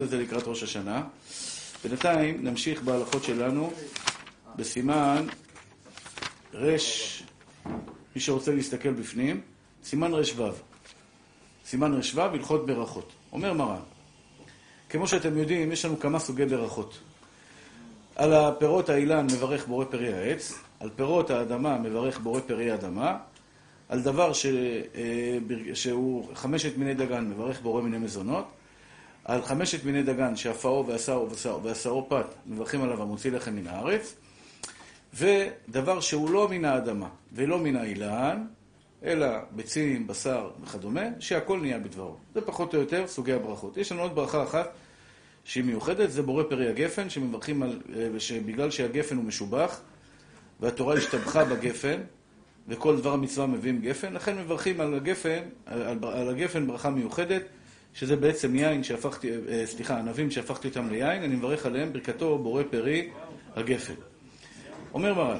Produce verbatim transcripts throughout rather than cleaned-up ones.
זה לקראת ראש השנה. בינתיים נמשיך בהלכות שלנו בסימן רש, מי שרוצה להסתכל בפנים, סימן רש וו. סימן רש וו, הלכות ברכות. אומר מרן, כמו שאתם יודעים, יש לנו כמה סוגי ברכות. על הפירות האילן מברך בורא פרי העץ, על פירות האדמה מברך בורא פרי האדמה, על דבר ש... שהוא חמשת מיני דגן מברך בורא מיני מזונות, על חמשת מיני דגן שהפאו ועשאו ועשאו פת מברכים עליו המוציא לחם מן הארץ, ודבר שהוא לא מן האדמה ולא מן האילן, אלא ביצים, בשר וכדומה, שהכל נהיה בדברו. זה פחות או יותר סוגי הברכות. יש לנו עוד ברכה אחת שהיא מיוחדת, זה בורא פרי הגפן, שמברכים על, שבגלל שהגפן הוא משובח, והתורה השתבחה בגפן, וכל דבר המצווה מביאים גפן, לכן מברכים על הגפן, על, על הגפן ברכה מיוחדת, שזה בעצם יין שהפכתי, סליחה, ענבים שהפכתי אותם ליין, אני מברך עליהם ברכתו בורא פרי הגפן. אומר מרן,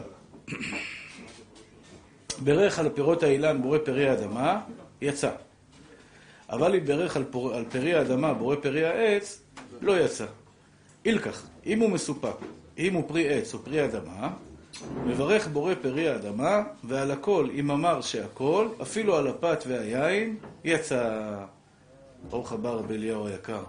ברך על פירות האילן בורא פרי האדמה, יצא. אבל אם ברך על, פור... על פרי האדמה בורא פרי העץ, לא יצא. אילכך, אם הוא מסופק, אם הוא פרי עץ או פרי אדמה, מברך בורא פרי האדמה, ועל הכל, אם אמר שהכל, אפילו על הפת והיין, יצא. ברוך הבא רבי אליהו היקר.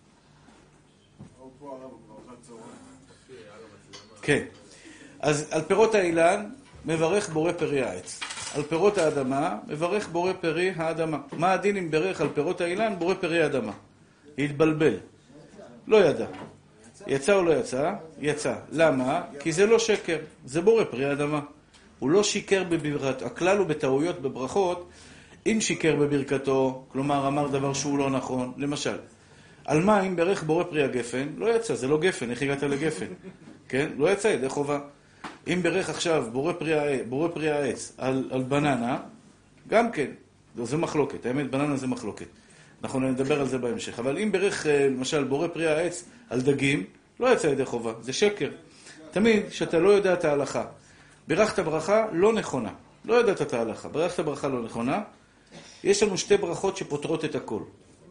כן. אז על פירות האילן מברך בורא פרי העץ. על פירות האדמה מברך בורא פרי האדמה. מה הדין אם ברך על פירות האילן בורא פרי האדמה? התבלבל. לא ידע. יצא או לא יצא? יצא. למה? כי זה לא שקר. זה בורא פרי האדמה. הוא לא שיקר בברכת. הכלל הוא בטעויות בברכות. אם שיקר בברכתו, כלומר אמר דבר שהוא לא נכון, למשל, על מה אם ברך בורא פרי הגפן? לא יצא, זה לא גפן, איך הגעת לגפן? כן? לא יצא, ידי חובה. אם ברך עכשיו בורא פרי, בורא פרי העץ על, על בננה, גם כן, זה מחלוקת, האמת בננה זה מחלוקת. אנחנו נדבר על זה בהמשך. אבל אם ברך למשל בורא פרי העץ על דגים, לא יצא ידי חובה, זה שקר. תמיד שאתה לא יודע את ההלכה, ברכת ברכה לא נכונה, לא ידעת את ההלכה, ברכת ברכה לא נכונה, יש לנו שתי ברכות שפותרות את הכל.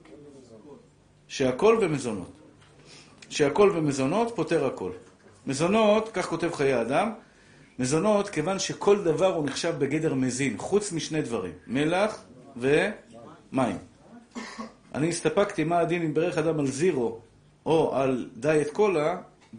שהכל ומזונות. שהכל ומזונות פותר הכל. מזונות, כך כותב חיי האדם, מזונות כיוון שכל דבר הוא נחשב בגדר מזין, חוץ משני דברים, מלח ומים. אני הסתפקתי מה הדין אם ברך אדם על זירו או על דיאט קולה,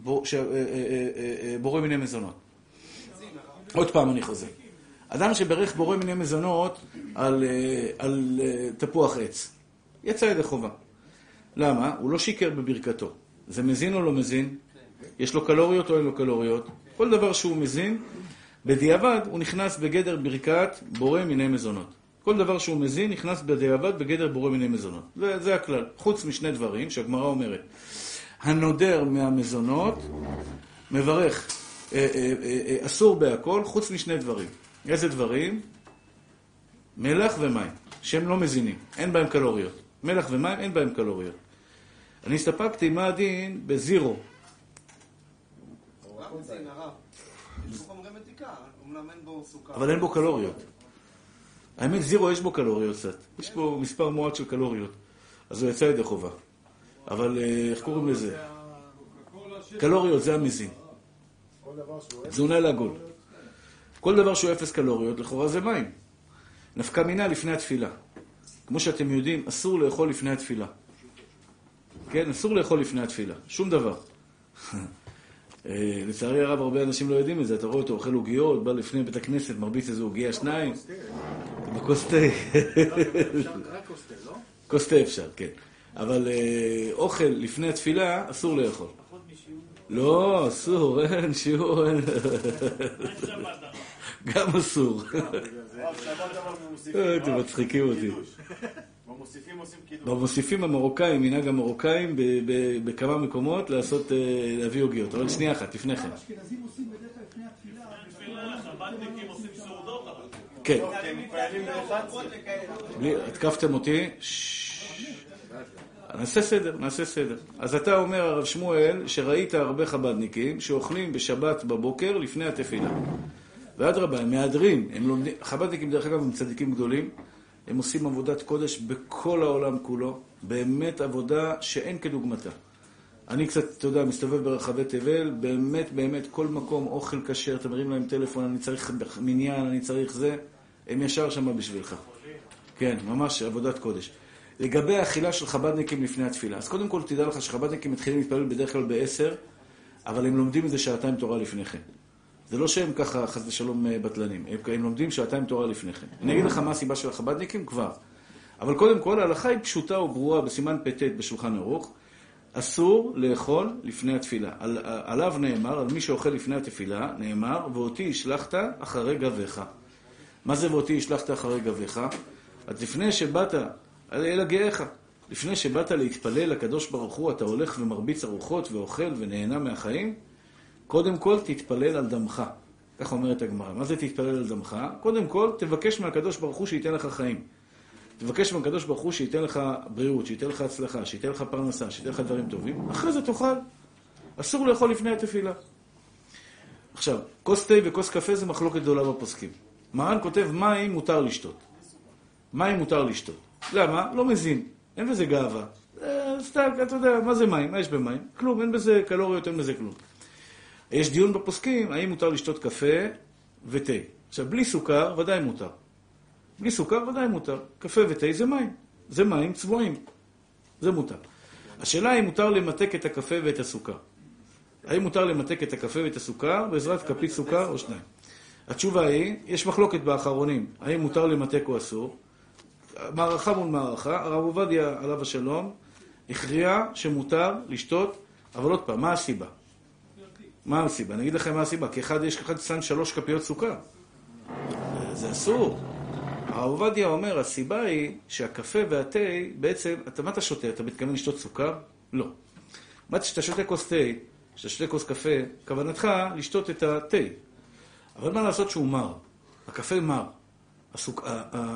בורא מיני מזונות. עוד פעם אני חוזר. אדם שברך בורא מיני מזונות על, על תפוח עץ, יצא ידי חובה. למה? הוא לא שיקר בברכתו. זה מזין או לא מזין? יש לו קלוריות או אין לו קלוריות? כל דבר שהוא מזין, בדיעבד הוא נכנס בגדר ברכת בורא מיני מזונות. כל דבר שהוא מזין נכנס בדיעבד בגדר בורא מיני מזונות. זה, זה הכלל. חוץ משני דברים שהגמרא אומרת. הנודר מהמזונות מברך, אה, אה, אה, אסור בהכל, חוץ משני דברים. איזה דברים? מלח ומים, שהם לא מזינים, אין בהם קלוריות. מלח ומים אין בהם קלוריות. אני הסתפקתי מה הדין בזירו. אבל אין בו קלוריות. האמת, זירו יש בו קלוריות קצת. יש בו מספר מועט של קלוריות. אז הוא יצא ידי חובה. אבל איך קוראים לזה? קלוריות זה המזין. תזונה לעגול. כל דבר שהוא אפס קלוריות, לכאורה זה מים. נפקא מינה לפני התפילה. כמו שאתם יודעים, אסור לאכול לפני התפילה. כן, אסור לאכול לפני התפילה. שום דבר. לצערי הרב, הרבה אנשים לא יודעים את זה. אתה רואה אותו, אוכל עוגיות, בא לפני בית הכנסת, מרביץ איזו עוגיה שניים. בכוס תה. רק כוס תה, לא? כוס תה אפשר, כן. אבל אוכל לפני התפילה, אסור לאכול. לא, אסור, אין שיעור, אין. גם אסור. אתם מצחיקים אותי. במוסיפים המרוקאים, מנהג המרוקאים, בכמה מקומות לעשות, להביא עוגיות. אבל שנייה אחת, לפני כן. אשכנזים עושים בדרך כלל לפני התפילה. חב"דניקים עושים סעודות, אבל. כן. התקפתם אותי? נעשה סדר, נעשה סדר. אז אתה אומר, הרב שמואל, שראית הרבה חב"דניקים שאוכלים בשבת בבוקר לפני התפילה. ועד רבה, הם מהדרים, הם לומדים, חב"דניקים דרך אגב הם צדיקים גדולים, הם עושים עבודת קודש בכל העולם כולו, באמת עבודה שאין כדוגמתה. אני קצת, אתה יודע, מסתובב ברחבי תבל, באמת, באמת, כל מקום, אוכל כשר, אתה מרים להם טלפון, אני צריך מניין, אני צריך זה, הם ישר שם בשבילך. כן, ממש עבודת קודש. לגבי האכילה של חב"דניקים לפני התפילה, אז קודם כל תדע לך שחב"דניקים מתחילים להתפלל בדרך כלל בעשר, אבל הם לומדים את זה שעתיים תורה לפני כן. זה לא שהם ככה חס ושלום בטלנים, הם, הם לומדים שעתיים תורה לפני כן. אני אגיד לך מה הסיבה של החב"דניקים כבר. אבל קודם כל, ההלכה היא פשוטה וברורה בסימן פ"ט בשולחן ערוך, אסור לאכול לפני התפילה. על, עליו נאמר, על מי שאוכל לפני התפילה, נאמר, ואותי השלחת אחרי גביך. מה זה ואותי השלחת אחרי גביך? אז לפני שבאת, אל הגאיך, לפני שבאת להתפלל לקדוש ברוך הוא, אתה הולך ומרביץ ארוחות ואוכל ונהנה מהחיים, קודם כל תתפלל על דמך. כך אומרת הגמרא. מה זה תתפלל על דמך? קודם כל תבקש מהקדוש ברוך הוא שייתן לך חיים. תבקש מהקדוש ברוך הוא שייתן לך בריאות, שייתן לך הצלחה, שייתן לך פרנסה, שייתן לך דברים טובים. אחרי זה תאכל. אסור לאכול לפני התפילה. עכשיו, כוס תה וכוס קפה זה מחלוקת גדולה בפוסקים. מרן כותב מים מותר לשתות. מים מותר לשתות. למה? לא מזין. אין בזה גאווה. סתם, אתה יודע, מה זה מים? מה יש במים? כלום, אין בזה קלוריות, אין בזה כלום. יש דיון בפוסקים, האם מותר לשתות קפה ותה. עכשיו, בלי סוכר, ודאי מותר. בלי סוכר, ודאי מותר. קפה ותה זה מים. זה מים צבועים. זה מותר. השאלה היא, מותר למתק את הקפה ואת הסוכר. האם מותר למתק את הקפה ואת הסוכר בעזרת כפית סוכר או שניים? התשובה היא, יש מחלוקת באחרונים, האם מותר למתק או אסור. מערכה מול מערכה, הרב עובדיה עליו השלום הכריע שמותר לשתות, אבל עוד פעם, מה הסיבה? מה הסיבה? אני אגיד לכם מה הסיבה, כי אחד יש אחד שם שלוש כפיות סוכר. זה אסור. הרב עובדיה אומר, הסיבה היא שהקפה והתה, בעצם, אתה מה אתה שותה? אתה מתכוון לשתות סוכר? לא. מה שאתה שותה כוס תה, שאתה שותה כוס קפה, כוונתך לשתות את התה. אבל מה לעשות שהוא מר? הקפה מר. הסוכ...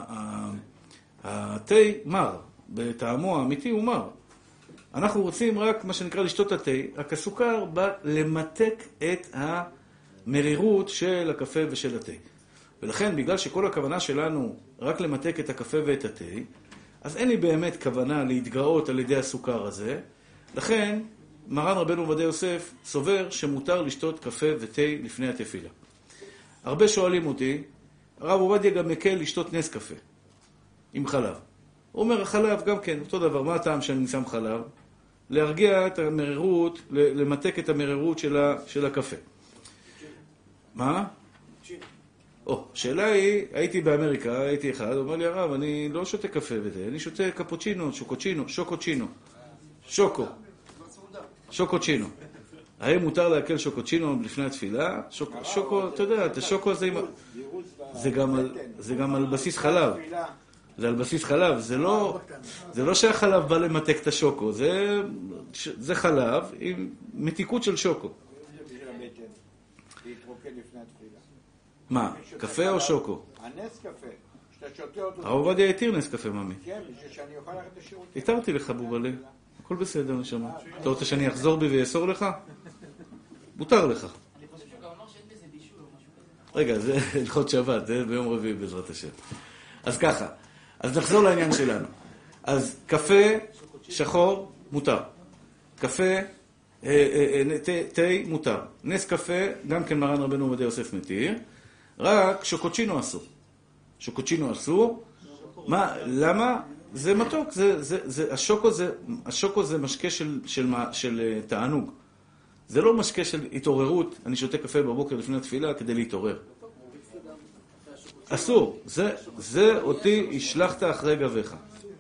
התה מר. בטעמו האמיתי הוא מר. אנחנו רוצים רק מה שנקרא לשתות התה, רק הסוכר בא למתק את המרירות של הקפה ושל התה. ולכן, בגלל שכל הכוונה שלנו רק למתק את הקפה ואת התה, אז אין לי באמת כוונה להתגאות על ידי הסוכר הזה. לכן, מרן רבנו עובדיה יוסף סובר שמותר לשתות קפה ותה לפני התפילה. הרבה שואלים אותי, הרב עובדיה גם מקל לשתות נס קפה עם חלב. הוא אומר, החלב גם כן, אותו דבר, מה הטעם שאני שם חלב? להרגיע את המרירות, למתק את המרירות של, ה, של הקפה. מה? או, שאלה היא, הייתי באמריקה, הייתי אחד, הוא אומר לי, הרב, אני לא שותה קפה וזה, אני שותה קפוצ'ינו, שוקוצ'ינו, שוקוצ'ינו, שוקו, שוקוצ'ינו. האם מותר להקל שוקוצ'ינו לפני התפילה? שוק, שוקו, אתה יודע, את השוקו הזה, זה גם על, זה גם על בסיס חלב. זה על בסיס חלב, זה לא, זה לא שהחלב בא למתק את השוקו, זה, זה חלב עם מתיקות של שוקו. מה, קפה או שוקו? הנס קפה, שאתה שותה אותו... הרב עובדיה התיר נס קפה, ממי. כן, בשביל שאני אוכל ללכת לשירותים. התרתי לך, בובלה. הכל בסדר, נשמה. אתה רוצה שאני אחזור בי ויאסור לך? מותר לך. אני חושב שגם אמר שאין בזה בישול או משהו כזה. רגע, זה הלכות שבת, זה ביום רביעי בעזרת השם. אז ככה, אז נחזור לעניין שלנו. אז קפה שחור מותר. קפה, תה מותר. נס קפה, גם כן מרן רבנו עובדיה יוסף מתיר. רק שוקוצ'ינו אסור. שוקוצ'ינו אסור. מה, למה? זה מתוק. זה, זה, זה, השוקו זה, השוקו זה משקה של, של, של תענוג. זה לא משקה של התעוררות. אני שותה קפה בבוקר לפני התפילה כדי להתעורר. אסור. זה, זה אותי השלחת אחרי גביך.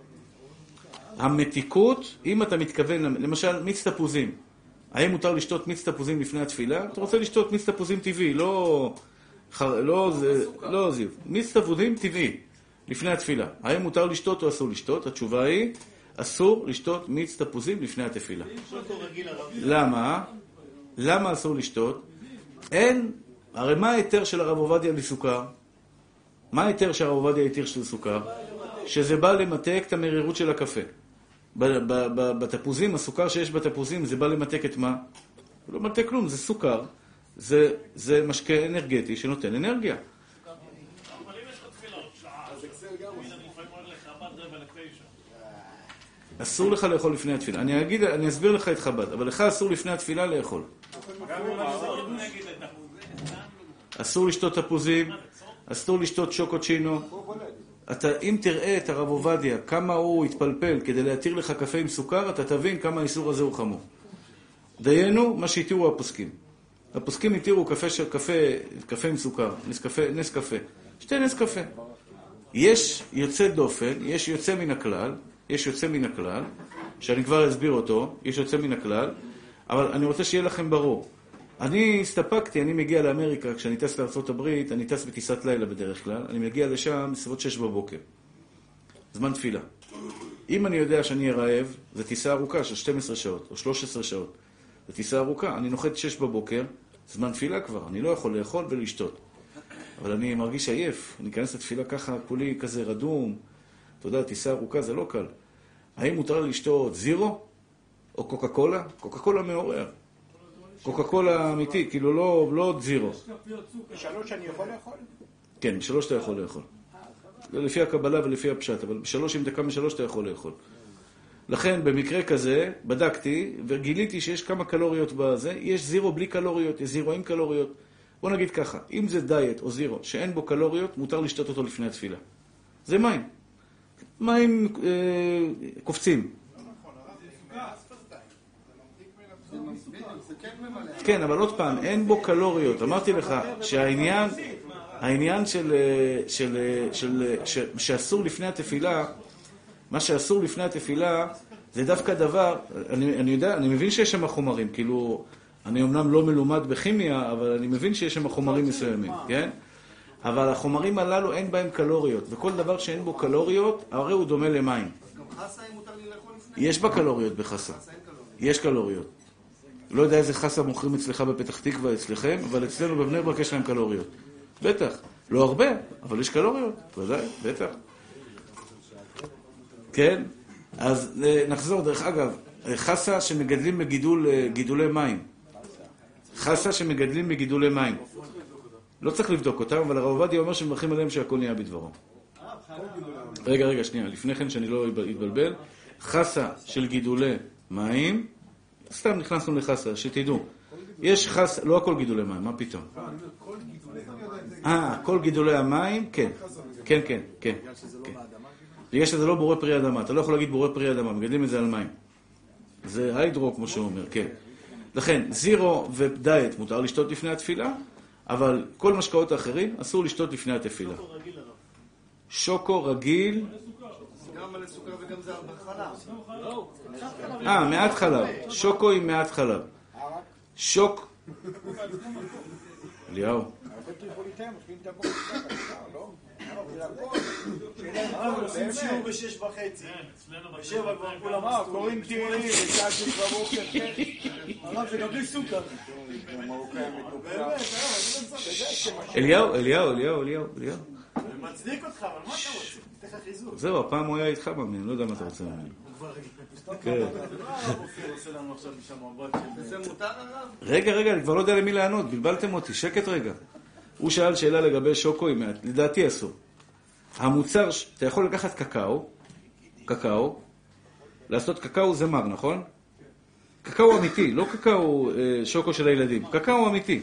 המתיקות, אם אתה מתכוון, למשל, מיץ תפוזים. האם מותר לשתות מיץ תפוזים לפני התפילה? אתה רוצה לשתות מיץ תפוזים טבעי, לא, לא, זה, לא זיו. מיץ תפוזים טבעי, לפני התפילה. האם מותר לשתות או אסור לשתות? התשובה היא, אסור לשתות מיץ תפוזים לפני התפילה. למה? למה אסור לשתות? אין, הרי מה היתר של הרב עובדיה לסוכר? מה היתר שהרב עובדיה היתיר של סוכר? שזה בא למתק את המרירות של הקפה. בתפוזים, הסוכר שיש בתפוזים, זה בא למתק את מה? הוא לא מתק כלום, זה סוכר. זה, זה משקה אנרגטי שנותן אנרגיה. אבל אם יש לך תפילה עוד שעה, אני לפעמים אומר לך, בת רבע לתשע. אסור לך לאכול לפני התפילה. אני אגיד, אני אסביר לך את חב"ד, אבל לך אסור לפני התפילה לאכול. אסור לשתות תפוזים, אסור לשתות שוקוצ'ינו. אתה, אם תראה את הרב עובדיה, כמה הוא התפלפל כדי להתיר לך קפה עם סוכר, אתה תבין כמה האיסור הזה הוא חמור. דיינו, מה שהתירו הפוסקים. הפוסקים התירו קפה, של, קפה, קפה עם סוכר, נס קפה, נס קפה. שתי נס קפה. יש יוצא דופן, יש יוצא מן הכלל, יש יוצא מן הכלל, שאני כבר אסביר אותו, יש יוצא מן הכלל, אבל אני רוצה שיהיה לכם ברור. אני הסתפקתי, אני מגיע לאמריקה, כשאני טס לארצות הברית, אני טס בטיסת לילה בדרך כלל, אני מגיע לשם בסביבות שש בבוקר. זמן תפילה. אם אני יודע שאני רעב, זו טיסה ארוכה של שתים עשרה שעות, או שלוש עשרה שעות. זו טיסה ארוכה, אני נוחת שש בבוקר, זמן תפילה כבר, אני לא יכול לאכול ולשתות. אבל אני מרגיש עייף, אני אכנס לתפילה ככה, כולי כזה רדום. אתה יודע, טיסה ארוכה זה לא קל. האם מותר לשתות זירו? או קוקה קולה? קוקה קולה מעורר. קוקה קולה אמיתי, כאילו לא, לא זירו. בשלוש אני יכול לאכול? כן, בשלוש אתה יכול לאכול. זה לפי הקבלה ולפי הפשט, אבל בשלוש, אם אתה קם בשלוש אתה יכול לאכול. לכן, במקרה כזה, בדקתי וגיליתי שיש כמה קלוריות בזה. יש זירו בלי קלוריות, יש זירו עם קלוריות. בוא נגיד ככה, אם זה דיאט או זירו שאין בו קלוריות, מותר לשתות אותו לפני התפילה. זה מים. מים אה, קופצים. כן, אבל עוד פעם, אין בו קלוריות. אמרתי לך שהעניין, העניין של, של, של, של, שאסור לפני התפילה, מה שאסור לפני התפילה, זה דווקא דבר, אני, אני יודע, אני מבין שיש שם חומרים, כאילו, אני אמנם לא מלומד בכימיה, אבל אני מבין שיש שם חומרים מסוימים, כן? אבל החומרים הללו אין בהם קלוריות, וכל דבר שאין בו קלוריות, הרי הוא דומה למים. גם חסה אם מותר לי לאכול לפני? יש בה קלוריות בחסה. יש קלוריות. לא יודע איזה חסה מוכרים אצלך בפתח תקווה אצלכם, אבל אצלנו בבני ברק יש להם קלוריות. בטח. לא הרבה, אבל יש קלוריות. ודאי, בטח. כן? אז נחזור, דרך אגב, חסה שמגדלים בגידול, גידולי מים. חסה שמגדלים בגידולי מים. לא צריך לבדוק אותם, אבל הרב עובדיה אומר שמברכים עליהם שהכל נהיה בדברו. רגע, רגע, שנייה. לפני כן שאני לא אתבלבל. חסה של גידולי מים, סתם נכנסנו לחסה, שתדעו. יש חסה, לא הכל גידולי מים, מה פתאום? אה, כל גידולי המים, כן. כן, כן, כן. בגלל שזה לא בורא פרי אדמה. אתה לא יכול להגיד בורא פרי אדמה, מגדלים את זה על מים. זה היידרו, כמו שהוא אומר, כן. לכן, זירו ודיאט מותר לשתות לפני התפילה, אבל כל משקאות האחרים אסור לשתות לפני התפילה. שוקו רגיל. גם מלא סוכר וגם זה הרבה חלב. אה, מעט חלב. שוקו עם מעט חלב. שוק. אליהו. הרבה טריפוליטאים מתחילים את הבוקר, לא? הרב, עושים שיעור בשש וחצי. בשבע כבר כולם מה, קוראים תהילים, בשעה שש בבוקר, כן. הרב, זה גם בלי סוכר. אליהו, אליהו, אליהו, אליהו, אליהו. אני מצדיק אותך, אבל מה אתה רוצה? תתן לך חיזוק. זהו, הפעם הוא היה איתך מאמין, לא יודע מה אתה רוצה ממנו. כן. זה מותר הרב? רגע, רגע, אני כבר לא יודע למי לענות, בלבלתם אותי, שקט רגע. הוא שאל שאלה לגבי שוקו, לדעתי אסור. המוצר, אתה יכול לקחת קקאו, קקאו, לעשות קקאו זה מר, נכון? קקאו אמיתי, לא קקאו שוקו של הילדים, קקאו אמיתי.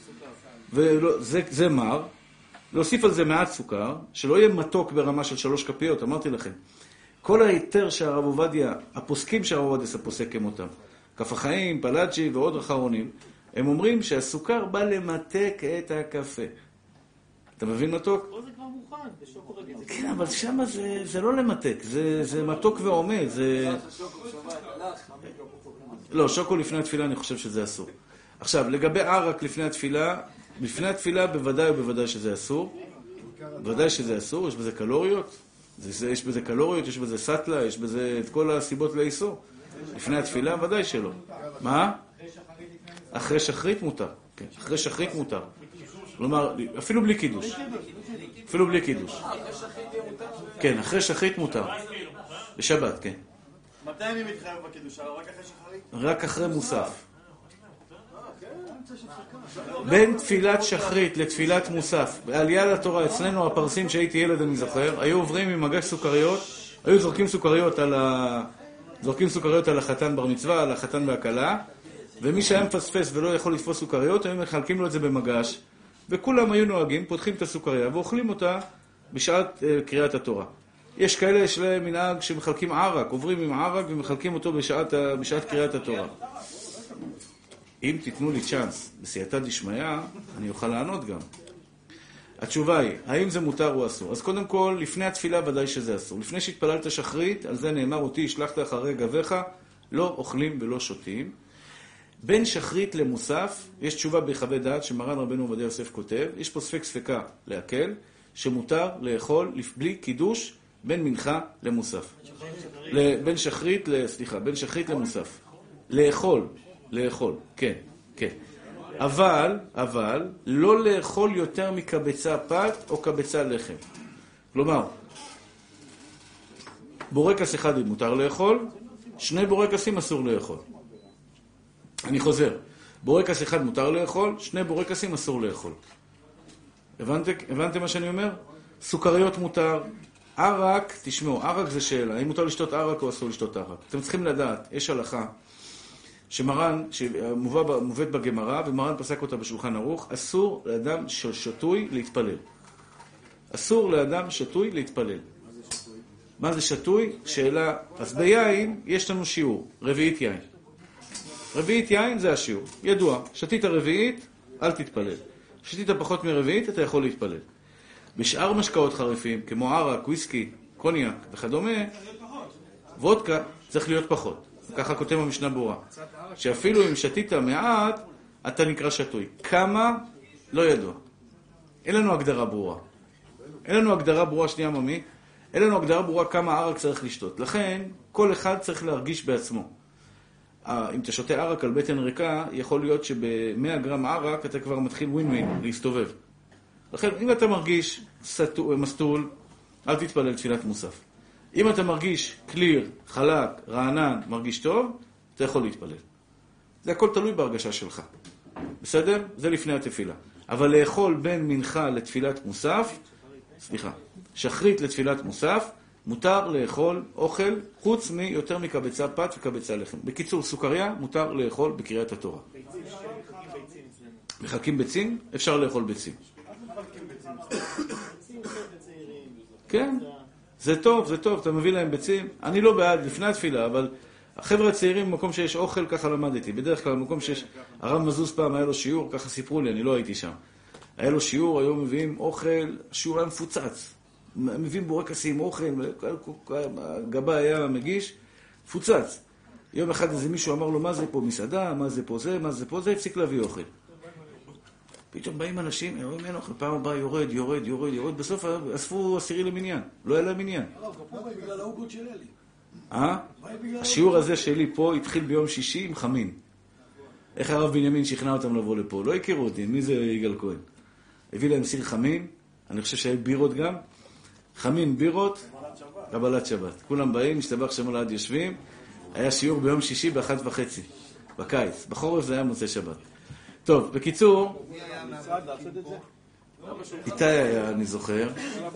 וזה מר, להוסיף על זה מעט סוכר, שלא יהיה מתוק ברמה של שלוש כפיות, אמרתי לכם. כל היתר שהרב עובדיה, הפוסקים שהרב עובדיה פוסק כמותם, כף החיים, פלאג'י ועוד אחרונים, הם אומרים שהסוכר בא למתק את הקפה. אתה מבין מתוק? פה זה כבר מוכן, בשוקו רגיל. כן, אבל שם זה, זה לא למתק, זה, זה מתוק ועומד, זה... לא, שוקו לפני התפילה אני חושב שזה אסור. עכשיו, לגבי ערק לפני התפילה, לפני התפילה בוודאי ובוודאי שזה אסור. בוודאי שזה אסור, יש בזה קלוריות, זה, יש בזה קלוריות, יש בזה סטלה, יש בזה את כל הסיבות לאיסור. לפני התפילה ודאי שלא. מה? אחרי שחרית מותר. כן, אחרי שחרית מותר. כלומר, אפילו בלי קידוש. אפילו בלי קידוש. כן, אחרי שחרית מותר. בשבת, כן. מתי אני מתחייב בקידוש? רק אחרי שחרית? רק אחרי מוסף. בין תפילת שחרית לתפילת מוסף, בעלייה לתורה, אצלנו הפרסים שהייתי ילד אני זוכר, היו עוברים עם מגש סוכריות, היו זורקים סוכריות על, ה... זורקים סוכריות על החתן בר מצווה, על החתן והכלה, ומי שהיה מפספס ולא יכול לתפוס סוכריות, הם מחלקים לו את זה במגש, וכולם היו נוהגים, פותחים את הסוכריה ואוכלים אותה בשעת uh, קריאת התורה. יש כאלה, יש להם מנהג שמחלקים ערק, עוברים עם ערק ומחלקים אותו בשעת, בשעת קריאת התורה. אם תיתנו לי צ'אנס בסייעתא דשמיא, אני אוכל לענות גם. התשובה היא, האם זה מותר או אסור? אז קודם כל, לפני התפילה ודאי שזה אסור. לפני שהתפללת שחרית, על זה נאמר אותי, השלחת אחרי גביך, לא אוכלים ולא שותים. בין שחרית למוסף, יש תשובה בחוות דעת שמרן רבנו עובדיה יוסף כותב, יש פה ספק ספקה להקל, שמותר לאכול בלי קידוש בין מנחה למוסף. בין שחרית, סליחה, בין שחרית למוסף. לאכול, לאכול, כן, כן. אבל, אבל, לא לאכול יותר מקבצה פת או קבצה לחם. כלומר, בורקס אחד מותר לאכול, שני בורקסים אסור לאכול. אני חוזר. בורקס אחד מותר לאכול, שני בורקסים אסור לאכול. הבנתם, הבנתם מה שאני אומר? סוכריות מותר. ערק, תשמעו, ערק זה שאלה. האם מותר לשתות ערק או אסור לשתות ערק? אתם צריכים לדעת, יש הלכה שמרן, שמובאת בגמרא, ומרן פסק אותה בשולחן ערוך, אסור לאדם שתוי להתפלל. אסור לאדם שתוי להתפלל. מה זה שתוי? שאלה, אז ביין יש לנו שיעור, רביעית יין. רביעית יין זה השיעור, ידוע. שתית רביעית, אל תתפלל. שתית פחות מרביעית, אתה יכול להתפלל. בשאר משקאות חריפים, כמו ערק, וויסקי, קוניאק וכדומה, וודקה צריך להיות פחות. ככה כותב המשנה ברורה. שאפילו אם שתית מעט, אתה נקרא שתוי. כמה? לא ידוע. אין לנו הגדרה ברורה. אין לנו הגדרה ברורה, שנייה ממי, אין לנו הגדרה ברורה כמה ערק צריך לשתות. לכן, כל אחד צריך להרגיש בעצמו. אם אתה שותה ערק על בטן ריקה, יכול להיות שב-מאה גרם ערק אתה כבר מתחיל ווין ווין, להסתובב. לכן, אם אתה מרגיש מסטול, אל תתפלל תפילת מוסף. אם אתה מרגיש קליר, חלק, רענן, מרגיש טוב, אתה יכול להתפלל. זה הכל תלוי בהרגשה שלך. בסדר? זה לפני התפילה. אבל לאכול בין מנחה לתפילת מוסף, סליחה, שחרית לתפילת מוסף, מותר לאכול אוכל חוץ מיותר מקבצה פת וקבצה לחם. בקיצור, סוכריה מותר לאכול בקריאת התורה. מחלקים ביצים? אפשר לאכול ביצים. כן, זה טוב, זה טוב, אתה מביא להם ביצים. אני לא בעד לפני התפילה, אבל החבר'ה הצעירים במקום שיש אוכל, ככה למדתי. בדרך כלל במקום שיש, הרב מזוז פעם היה לו שיעור, ככה סיפרו לי, אני לא הייתי שם. היה לו שיעור, היום מביאים אוכל, השיעור היה מפוצץ. מביאים בורקסים, אוכל, הגבה היה מגיש, מפוצץ. יום אחד איזה מישהו אמר לו, מה זה פה מסעדה, מה זה פה זה, מה זה פה זה, הפסיק להביא אוכל. פתאום באים אנשים, רואים אין אוכל, פעם הבאה יורד, יורד, יורד, יורד, בסוף אספו עשירי למניין, לא היה להם עניין. בגלל העוגות של אלי. אה? השיעור הזה שלי פה התחיל ביום שישי עם חמין. איך הרב בנימין שכנע אותם לבוא לפה? לא הכירו אותי, מי זה יגאל כהן? הביא להם סיר חמין, אני חושב שהיה בירות גם, חמין בירות, קבלת שבת. כולם באים, משתבח שם על עד יושבים, היה שיעור ביום שישי באחת וחצי, בקיץ. בחורף זה היה מוצא שבת. טוב, בקיצור, איתי היה, אני זוכר,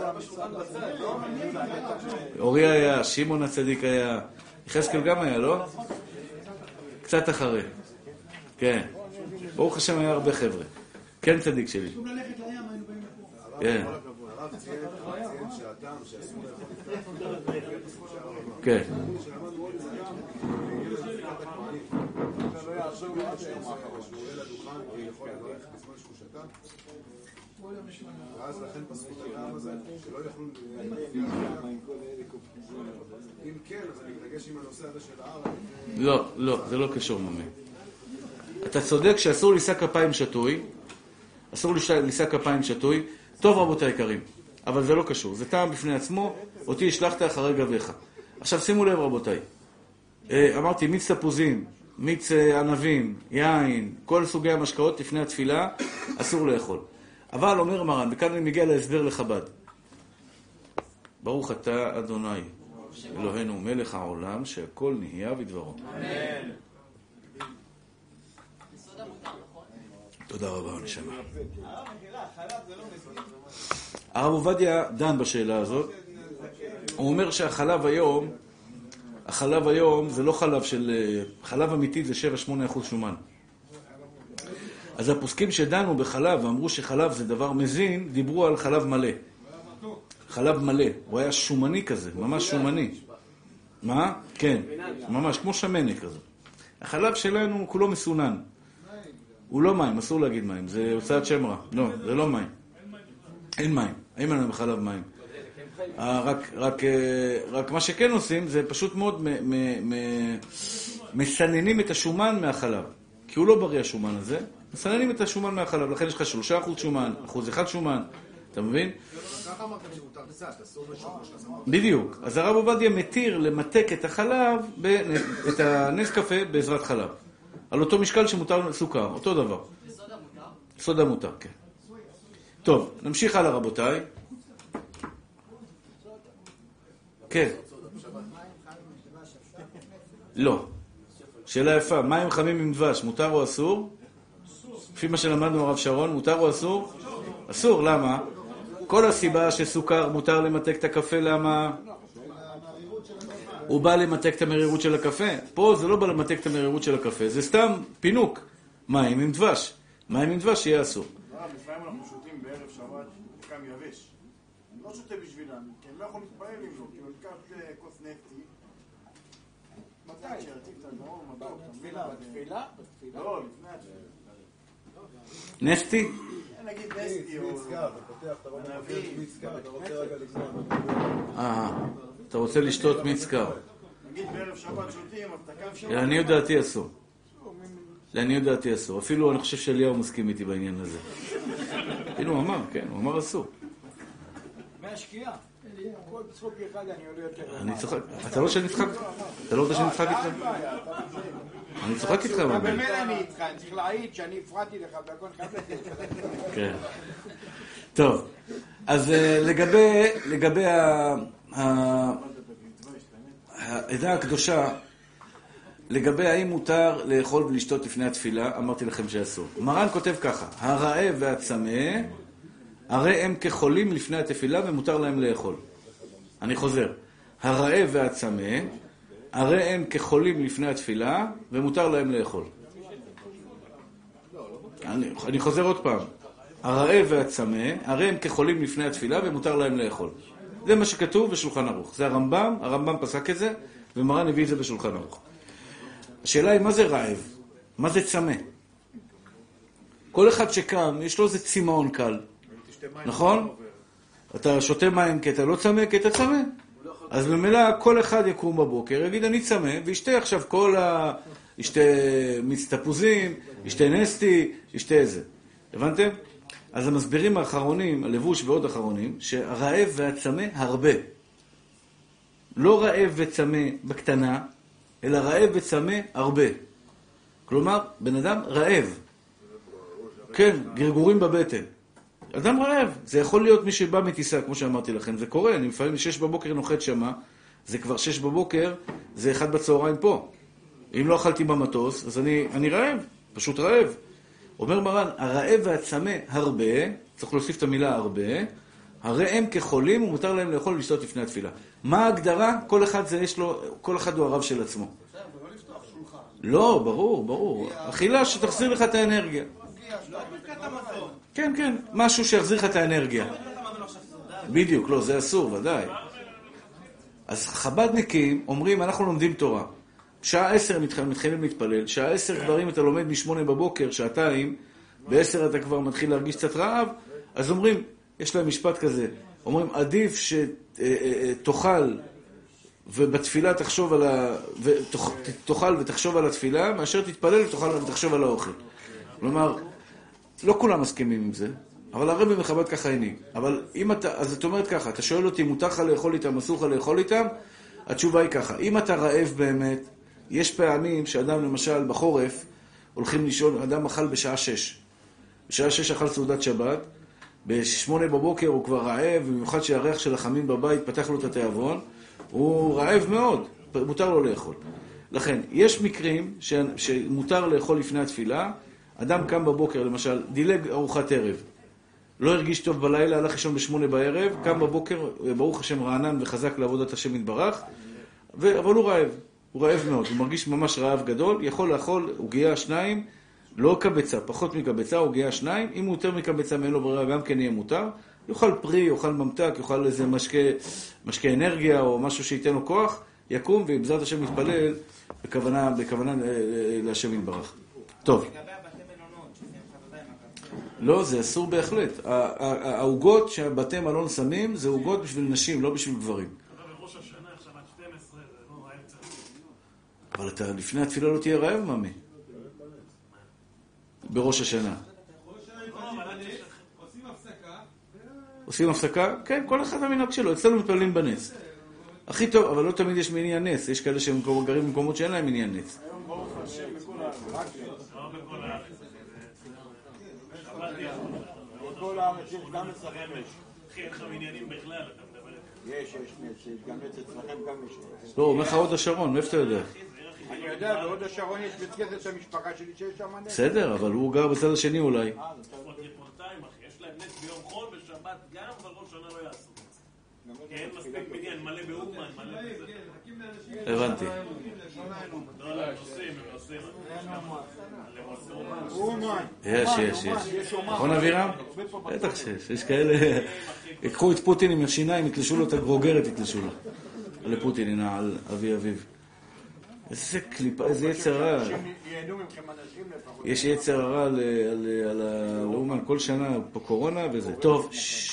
אורי היה, שמעון הצדיק היה, יחזקאל גם היה, לא? קצת אחרי. כן. ברוך השם היה הרבה חבר'ה. כן צדיק שלי. כן. כן. ואז לכן פסקו את הרעב הזה, שלא יכלו... אם כן, אז אני מתנגש עם הנושא הזה של הערב. לא, לא, זה לא קשור ממי. אתה צודק שאסור לישא כפיים שטוי, אסור לישא כפיים שטוי, טוב רבותי היקרים, אבל זה לא קשור, זה טעם בפני עצמו, אותי השלחת אחרי גביך. עכשיו שימו לב רבותיי, אמרתי מיץ תפוזים, מיץ ענבים, יין, כל סוגי המשקאות לפני התפילה, אסור לאכול. אבל אומר מרן, וכאן אני מגיע להסבר לחב"ד. ברוך אתה אדוני, אלוהינו מלך העולם, שהכל נהיה בדברו. אמן. תודה רבה, נשמה. הרב עובדיה דן בשאלה הזאת. הוא אומר שהחלב היום, החלב היום זה לא חלב של... חלב אמיתי זה שבע שמונה אחוז שומן. אז הפוסקים שדנו בחלב ואמרו שחלב זה דבר מזין, דיברו על חלב מלא. חלב מלא. הוא היה שומני כזה, ממש שומני. מה? כן, ממש כמו שמנה כזה. החלב שלנו כולו מסונן. הוא לא מים, אסור להגיד מים, זה הוצאת שם רע. לא, זה לא מים. אין מים, אין לנו בחלב מים. רק, רק, רק מה שכן עושים זה פשוט מאוד מ- מ- מ- מסננים את השומן מהחלב. כי הוא לא בריא השומן הזה. מסננים את השומן מהחלב, לכן יש לך שלושה אחוז שומן, אחוז אחד שומן. אתה מבין? ככה אמרת שמותר קצת, אסור בשום. בדיוק. אז הרב עובדיה מתיר למתק את החלב, את הנס קפה בעזרת חלב. על אותו משקל שמותר סוכר, אותו דבר. בסודה מותר? סודה מותר, כן. טוב, נמשיך הלאה רבותיי. כן. לא. שאלה יפה, מים חמים עם דבש, מותר או אסור? לפי מה שלמדנו הרב שרון, מותר או אסור? אסור, למה? כל הסיבה שסוכר מותר למתק את הקפה, למה? הוא בא למתק את המרירות של הקפה. פה זה לא בא למתק את המרירות של הקפה, זה סתם פינוק. מים עם דבש. מים עם דבש יהיה אסור. לפעמים אנחנו שותים בערב שבת, קם יבש. אני לא שותה בשבילם, כי אני לא יכול להתפעל עם לו, כי אני לקחת כוס נפטי. מתי? שירתיק את הדרום, מתוק. בתפילה? בתפילה? לא, לפני התפילה. נסטי? נגיד נסטי או... מצקר, אתה פותח, אתה רואה מצקר, אתה רוצה רגע לגמור. אה, אתה רוצה לשתות מצקר. נגיד בערב שבת שותים, אז אתה קם שם... לעניות דעתי אסור. לעניות דעתי אסור. אפילו אני חושב שאליהו מסכים איתי בעניין הזה. כאילו הוא אמר, כן, הוא אמר אסור. מהשקיעה. כל צחוק אחד אני עולה יותר. אני צוחק. אתה לא שאני צחק? אתה לא רוצה שאני צחק איתך? אני צוחק איתך. אתה באמת אני איתך, אני צריך להעיד שאני הפרעתי לך והכל חייב לתת. כן. טוב. אז לגבי לגבי העדה הקדושה, לגבי האם מותר לאכול ולשתות לפני התפילה, אמרתי לכם שאסור. מרן כותב ככה, הרעב והצמא, הרי הם כחולים לפני התפילה ומותר להם לאכול. אני חוזר. הרעב והצמא, הרי הם כחולים לפני התפילה ומותר להם לאכול. אני, אני חוזר עוד פעם. הרעב והצמא, הרי הם כחולים לפני התפילה ומותר להם לאכול. זה מה שכתוב בשולחן ערוך. זה הרמב"ם, הרמב"ם פסק את זה, ומרן הביא את זה בשולחן ערוך. השאלה היא, מה זה רעב? מה זה צמא? כל אחד שקם, יש לו איזה צמאון קל. נכון? אתה שותה מים כי אתה לא צמא, כי אתה צמא. אז במילא כל אחד יקום בבוקר, יגיד אני צמא, וישתה עכשיו כל ה... ישתה מיץ תפוזים, ישתה נסטי, ישתה איזה. הבנתם? אז המסבירים האחרונים, הלבוש ועוד אחרונים, שהרעב והצמא הרבה. לא רעב וצמא בקטנה, אלא רעב וצמא הרבה. כלומר, בן אדם רעב. כן, גרגורים בבטן. אדם רעב. זה יכול להיות מי שבא מטיסה, כמו שאמרתי לכם. זה קורה, אני לפעמים שש בבוקר נוחת שמה, זה כבר שש בבוקר, זה אחד בצהריים פה. אם לא אכלתי במטוס, אז אני, אני רעב, פשוט רעב. אומר מרן, הרעב והצמא הרבה, צריך להוסיף את המילה הרבה, הרי הם כחולים ומותר להם לאכול ולשתות לפני התפילה. מה ההגדרה? כל אחד זה יש לו, כל אחד הוא הרב של עצמו. לא, ברור, ברור. אכילה שתחזיר לך את האנרגיה. כן, כן, משהו שיחזיר לך את האנרגיה. בדיוק, לא, זה אסור, ודאי. אז חב"דניקים אומרים, אנחנו לומדים תורה. שעה עשר מתחילים להתפלל, שעה עשר כבר אם אתה לומד משמונה בבוקר, שעתיים, בעשר אתה כבר מתחיל להרגיש קצת רעב, אז אומרים, יש להם משפט כזה, אומרים, עדיף שתאכל ובתפילה תחשוב על ה... תאכל ותחשוב על התפילה, מאשר תתפלל ותאכל ותחשוב על האוכל. כלומר, לא כולם מסכימים עם זה, אבל הרבי מחב"ד ככה הנהיג. אבל אם אתה, אז את אומרת ככה, אתה שואל אותי, מותר לך לאכול איתם, אסור לך לאכול איתם? התשובה היא ככה, אם אתה רעב באמת, יש פעמים שאדם למשל בחורף, הולכים לישון, אדם אכל בשעה שש. בשעה שש אכל סעודת שבת, בשמונה בבוקר הוא כבר רעב, במיוחד שהריח של החמים בבית פתח לו את התיאבון, הוא רעב מאוד, מותר לו לאכול. לכן, יש מקרים ש... שמותר לאכול לפני התפילה, אדם קם בבוקר, למשל, דילג ארוחת ערב, לא הרגיש טוב בלילה, הלך לישון בשמונה בערב, קם בבוקר, ברוך השם רענן וחזק לעבודת השם יתברך, ו... אבל הוא רעב. הוא רעב מאוד, הוא מרגיש ממש רעב גדול, יכול לאכול עוגיה שניים, לא קבצה, פחות מקבצה, עוגיה שניים, אם הוא יותר מקבצה מאין לו ברירה, גם כן יהיה מותר, יאכל פרי, יאכל ממתק, יאכל איזה משקה, משקה אנרגיה או משהו שייתן לו כוח, יקום ובעזרת השם מתפלל בכוונה, בכוונה להשם יתברך. טוב. לגבי הבתי מלונות, שזה חתותיים, לא, זה אסור בהחלט. העוגות שהבתי מלון שמים, זה עוגות בשביל נשים, לא בשביל גברים. בראש השנה עכשיו עד שתים עשרה, זה לא רעב קצת. אבל אתה לפני התפילה לא תהיה רעב, מאמי. בראש השנה. עושים הפסקה. עושים הפסקה? כן, כל אחד המנהג שלו. אצלנו מתפללים בנס. הכי טוב, אבל לא תמיד יש מניין נס. יש כאלה שהם גרים במקומות שאין להם מניין נס. היום ברוך השם בכל הארץ. לא בכל הארץ. בכל הארץ יש גם אצלכם יש. אחי, אין לך מניינים בכלל, אתה מדבר. יש, יש, יש, גם אצלכם גם יש. לא, אומר לך הוד השרון, מאיפה אתה יודע? אני יודע, בהוד השרון יש בית כנסת המשפחה שלי שיש שם נס. בסדר, אבל הוא גר בצד השני אולי. טריפורטיים, אחי, יש להם נס ביום חול ושבת גם, אבל ראש שנה לא יעשו. כי אין מספיק מניין, מלא באומן, מלא בזה. הבנתי. לא, לא, הם עושים, הם עושים. אומן. יש, יש, יש. נכון אבירם? בטח שיש. יש כאלה... יקחו את פוטין עם השיניים, יתלשו לו את הגרוגרת, יתלשו לו. לפוטין, הנה, על אבי אביב. איזה קליפה, איזה יצר רע. יש יצר רע על הלאומן כל שנה, פה קורונה וזה. טוב.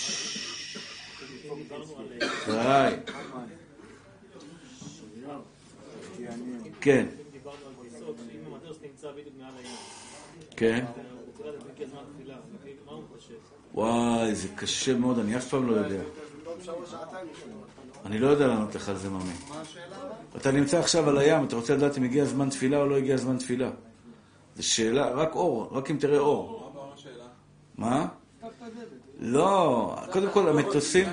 די. כן. דיברנו על טיסות, אם המטוס נמצא בדיוק מעל הים. כן. הוא צריך לדעת פרקי זמן תפילה, מה הוא חושב? וואי, זה קשה מאוד, אני אף פעם לא יודע. אני לא יודע לענות לך על זה, מאמי. אתה נמצא עכשיו על הים, אתה רוצה לדעת אם הגיע זמן תפילה או לא הגיע זמן תפילה. זו שאלה, רק אור, רק אם תראה אור. מה? לא, קודם כל המטוסים...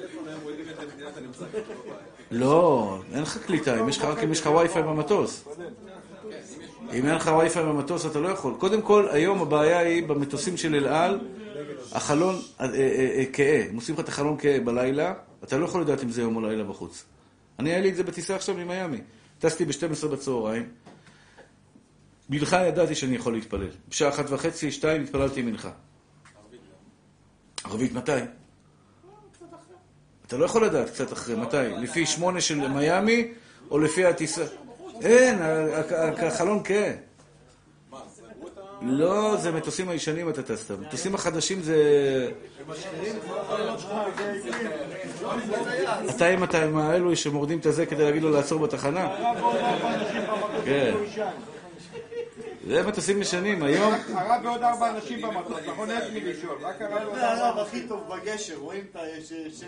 לא, אין לך קליטה, רק אם יש לך וי-פיי במטוס. אם אין לך וי-פיי במטוס אתה לא יכול. קודם כל, היום הבעיה היא במטוסים של אל על, החלון כהה. הם עושים לך את החלון כהה בלילה, אתה לא יכול לדעת אם זה יום או לילה בחוץ. אני היה לי את זה בטיסה עכשיו ממיימי. טסתי ב-שתים עשרה בצהריים. מנחה ידעתי שאני יכול להתפלל. בשעה אחת וחצי, שתיים, התפללתי מנחה. ערבית מתי? אתה לא יכול לדעת קצת אחרי, מתי? לפי שמונה של מיימי או לפי הטיסה? אין, החלון כהה. לא, זה מטוסים הישנים אתה טסת. מטוסים החדשים זה... אתה עם אתה עם האלו שמורדים את הזה כדי להגיד לו לעצור בתחנה? כן. זה מטוסים ישנים, היום... הרב ועוד ארבע אנשים במטוס, נכון? אין מי לשאול. רק הרב ועוד זה ארבע הרב הכי טוב בגשר, רואים את השם.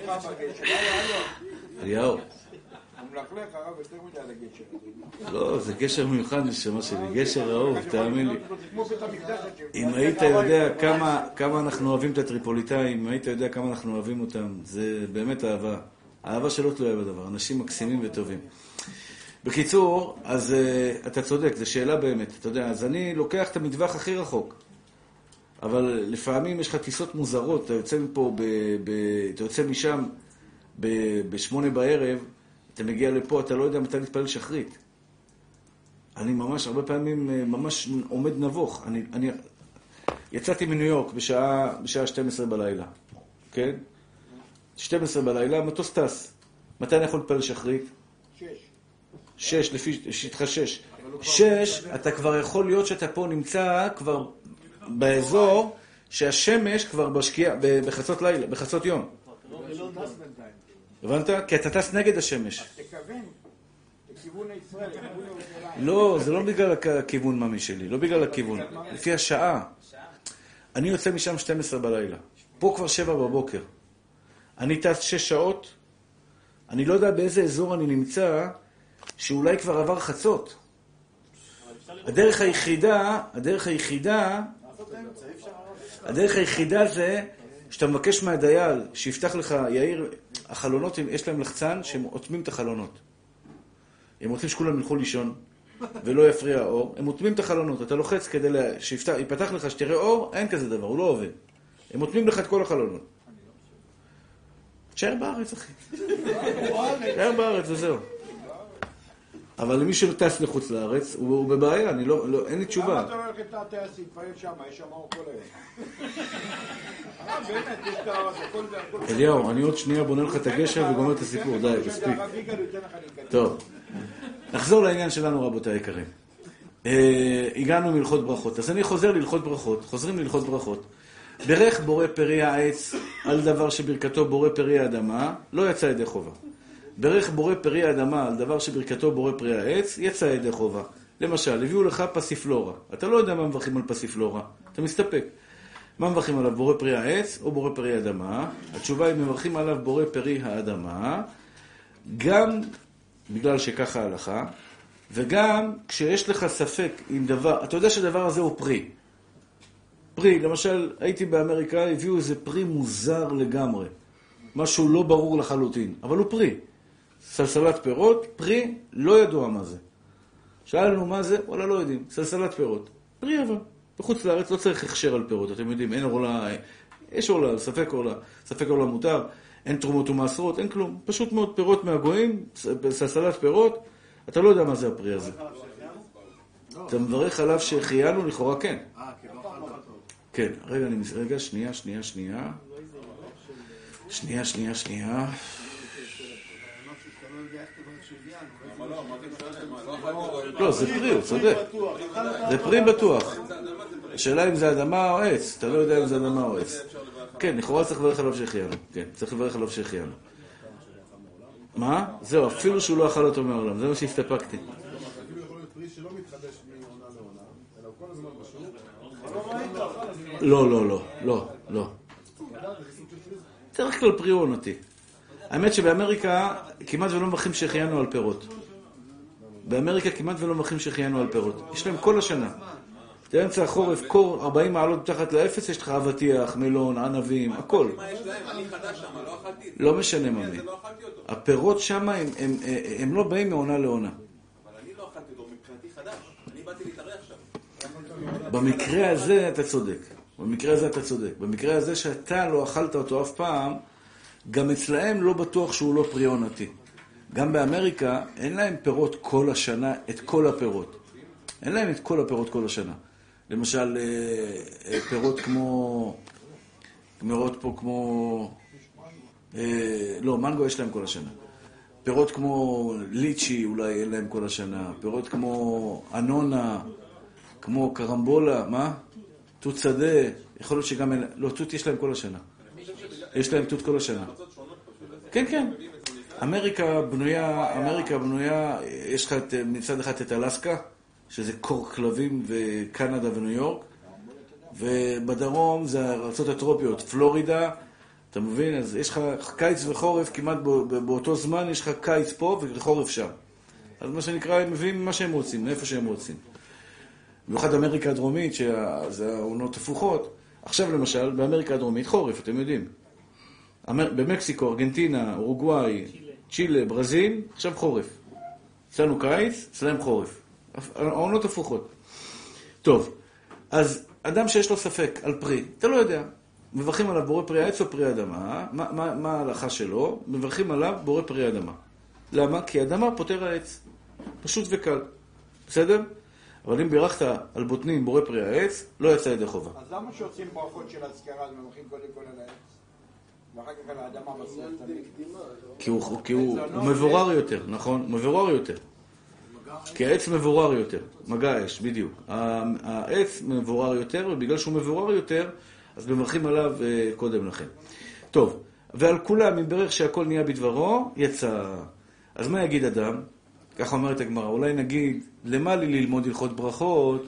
אליהו. המלכלך הרב יותר מדי על הגשר. לא, זה גשר מיוחד נשמה שלי, גשר אהוב, תאמין לי. זה כמו בית המקדש. אם היית יודע כמה, כמה אנחנו אוהבים את הטריפוליטאים, אם היית יודע כמה אנחנו אוהבים אותם, זה באמת אהבה. אהבה שלא תלויה בדבר, אנשים מקסימים וטובים. בקיצור, אז uh, אתה צודק, זו שאלה באמת, אתה יודע, אז אני לוקח את המטווח הכי רחוק. אבל לפעמים יש לך טיסות מוזרות, אתה יוצא מפה, ב, ב, אתה יוצא משם ב, בשמונה בערב, אתה מגיע לפה, אתה לא יודע מתי להתפלל שחרית. אני ממש, הרבה פעמים ממש עומד נבוך. אני, אני יצאתי מניו יורק בשעה, בשעה שתים עשרה בלילה, כן? שתים עשרה בלילה, מטוס טס. מתי אני יכול להתפלל שחרית? שש. שש, לפי שטחה שש. שש, אתה כבר יכול להיות שאתה פה נמצא כבר באזור שהשמש כבר בשקיעה, בחצות לילה, בחצות יום. הבנת? כי אתה טס נגד השמש. תכוון, לכיוון ישראל, לכיוון ירושלים. לא, זה לא בגלל הכיוון ממי שלי, לא בגלל הכיוון. לפי השעה. אני יוצא משם שתים עשרה בלילה. פה כבר שבע בבוקר. אני טס שש שעות. אני לא יודע באיזה אזור אני נמצא, שאולי כבר עבר חצות. הדרך היחידה, הדרך היחידה, הדרך היחידה זה שאתה מבקש מהדייל שיפתח לך, יאיר, החלונות, יש להם לחצן שהם עוטמים את החלונות. הם רוצים שכולם ילכו לישון ולא יפריע האור. הם עוטמים את החלונות, אתה לוחץ כדי שיפתח לך, שתראה אור, אין כזה דבר, הוא לא עובד. הם עוטמים לך את כל החלונות. תשאר בארץ, אחי. תשאר בארץ, וזהו. אבל למי שטס לחוץ לארץ, הוא, הוא בבעיה, אני לא, לא, אין לי תשובה. למה אתה לא הולך את הטייסים, תפעל שם, יש שם אור כל היום. אה, באמת, יש את הכל זה, הכל זה. אליהו, אני עוד שנייה בונה לך את הגשר וגומר את הסיפור, די, מספיק. טוב, נחזור לעניין שלנו, רבותיי היקרים. אה, הגענו מלכות ברכות, אז אני חוזר ללכות ברכות, חוזרים ללכות ברכות. ברך בורא פרי העץ על דבר שברכתו בורא פרי האדמה, לא יצא ידי חובה. ברך בורא פרי האדמה על דבר שברכתו בורא פרי העץ, יצא ידי חובה. למשל, הביאו לך פסיפלורה. אתה לא יודע מה מברכים על פסיפלורה, אתה מסתפק. מה מברכים עליו, בורא פרי העץ או בורא פרי האדמה? התשובה היא, מברכים עליו בורא פרי האדמה, גם בגלל שככה ההלכה, וגם כשיש לך ספק עם דבר, אתה יודע שהדבר הזה הוא פרי. פרי, למשל, הייתי באמריקה, הביאו איזה פרי מוזר לגמרי. משהו לא ברור לחלוטין, אבל הוא פרי. סלסלת פירות, פרי, לא ידוע מה זה. שאלנו מה זה, וואלה לא יודעים, סלסלת פירות. פרי אבל. בחוץ לארץ לא צריך הכשר על פירות, אתם יודעים, אין עורלה, יש עורלה, ספק עורלה, ספק עורלה מותר, אין תרומות ומעשרות, אין כלום. פשוט מאוד פירות מהגויים, סלסלת פירות, אתה לא יודע מה זה הפרי הזה. אתה מברך עליו שהחיינו, לכאורה כן. כן, רגע, אני מס... רגע, שנייה, שנייה, שנייה. שנייה, שנייה, שנייה. לא, זה פרי, הוא צודק. זה פרי בטוח. השאלה אם זה אדמה או עץ. אתה לא יודע אם זה אדמה או עץ. כן, לכאורה צריך לברך עליו שהחיינו. כן, צריך לברך עליו שהחיינו. מה? זהו, אפילו שהוא לא אכל אותו מעולם. זה מה שהסתפקתי. אפילו יכול להיות פרי שלא מתחדש מעונה לעונה, אלא הוא כל הזמן בשוק. לא, לא, לא, לא, לא. צריך כלל פרי עונתי. האמת שבאמריקה כמעט ולא מברכים שהחיינו על פירות. באמריקה כמעט ולא מברכים שהחיינו על פירות. יש להם כל השנה. באמצע החורף, קור ארבעים מעלות מתחת לאפס, יש לך אבטיח, מלון, ענבים, הכל. מה יש להם? אני חדש שם, לא אכלתי את זה. לא משנה מה מי. לא אכלתי אותו. הפירות שם הם, הם, הם לא באים מעונה לעונה. אבל אני לא אכלתי אותו, מבחינתי חדש. אני באתי להתארח שם. במקרה הזה אתה צודק. במקרה הזה אתה צודק. במקרה הזה שאתה לא אכלת אותו אף פעם, גם אצלהם לא בטוח שהוא לא פרי עונתי. גם באמריקה אין להם פירות כל השנה, את כל הפירות. אין להם את כל הפירות כל השנה. למשל, פירות כמו... פירות פה כמו... לא, מנגו יש להם כל השנה. פירות כמו ליצ'י אולי אין להם כל השנה. פירות כמו אנונה, כמו קרמבולה, מה? תות שדה, יכול להיות שגם... לא, תות יש להם כל השנה. יש להם תות כל השנה. כן, כן. אמריקה בנויה, אמריקה בנויה, יש לך את, מצד אחד את אלסקה, שזה קור כלבים, וקנדה וניו יורק, ובדרום זה הארצות הטרופיות, פלורידה, אתה מבין? אז יש לך קיץ וחורף, כמעט באותו זמן יש לך קיץ פה וחורף שם. אז מה שנקרא, הם מביאים מה שהם רוצים, מאיפה שהם רוצים. במיוחד אמריקה הדרומית, שזה העונות הפוכות. עכשיו למשל, באמריקה הדרומית חורף, אתם יודעים. במקסיקו, ארגנטינה, אורוגוואי, צ'ילה, ברזיל, עכשיו חורף. אצלנו קיץ, אצלם חורף. העונות הפוכות. טוב, אז אדם שיש לו ספק על פרי, אתה לא יודע. מברכים עליו בורא פרי העץ או פרי אדמה. מה, מה, מה ההלכה שלו? מברכים עליו בורא פרי אדמה. למה? כי אדמה פותר העץ. פשוט וקל. בסדר? אבל אם בירכת על בוטנים בורא פרי העץ, לא יצא ידי חובה. אז למה שעושים ברכות של הזכרה, אז מברכים קודם כל על העץ? ואחר כך על האדמה בסוף תמיד. כי הוא, כי הוא, הוא מבורר יותר, נכון? הוא מבורר יותר. כי העץ מבורר יותר. מגע אש, בדיוק. העץ מבורר יותר, ובגלל שהוא מבורר יותר, אז מברכים עליו קודם לכן. טוב, ועל כולם, אם ברך שהכל נהיה בדברו, יצא. אז מה יגיד אדם? ככה אומרת הגמרא, אולי נגיד, למה לי ללמוד הלכות ברכות?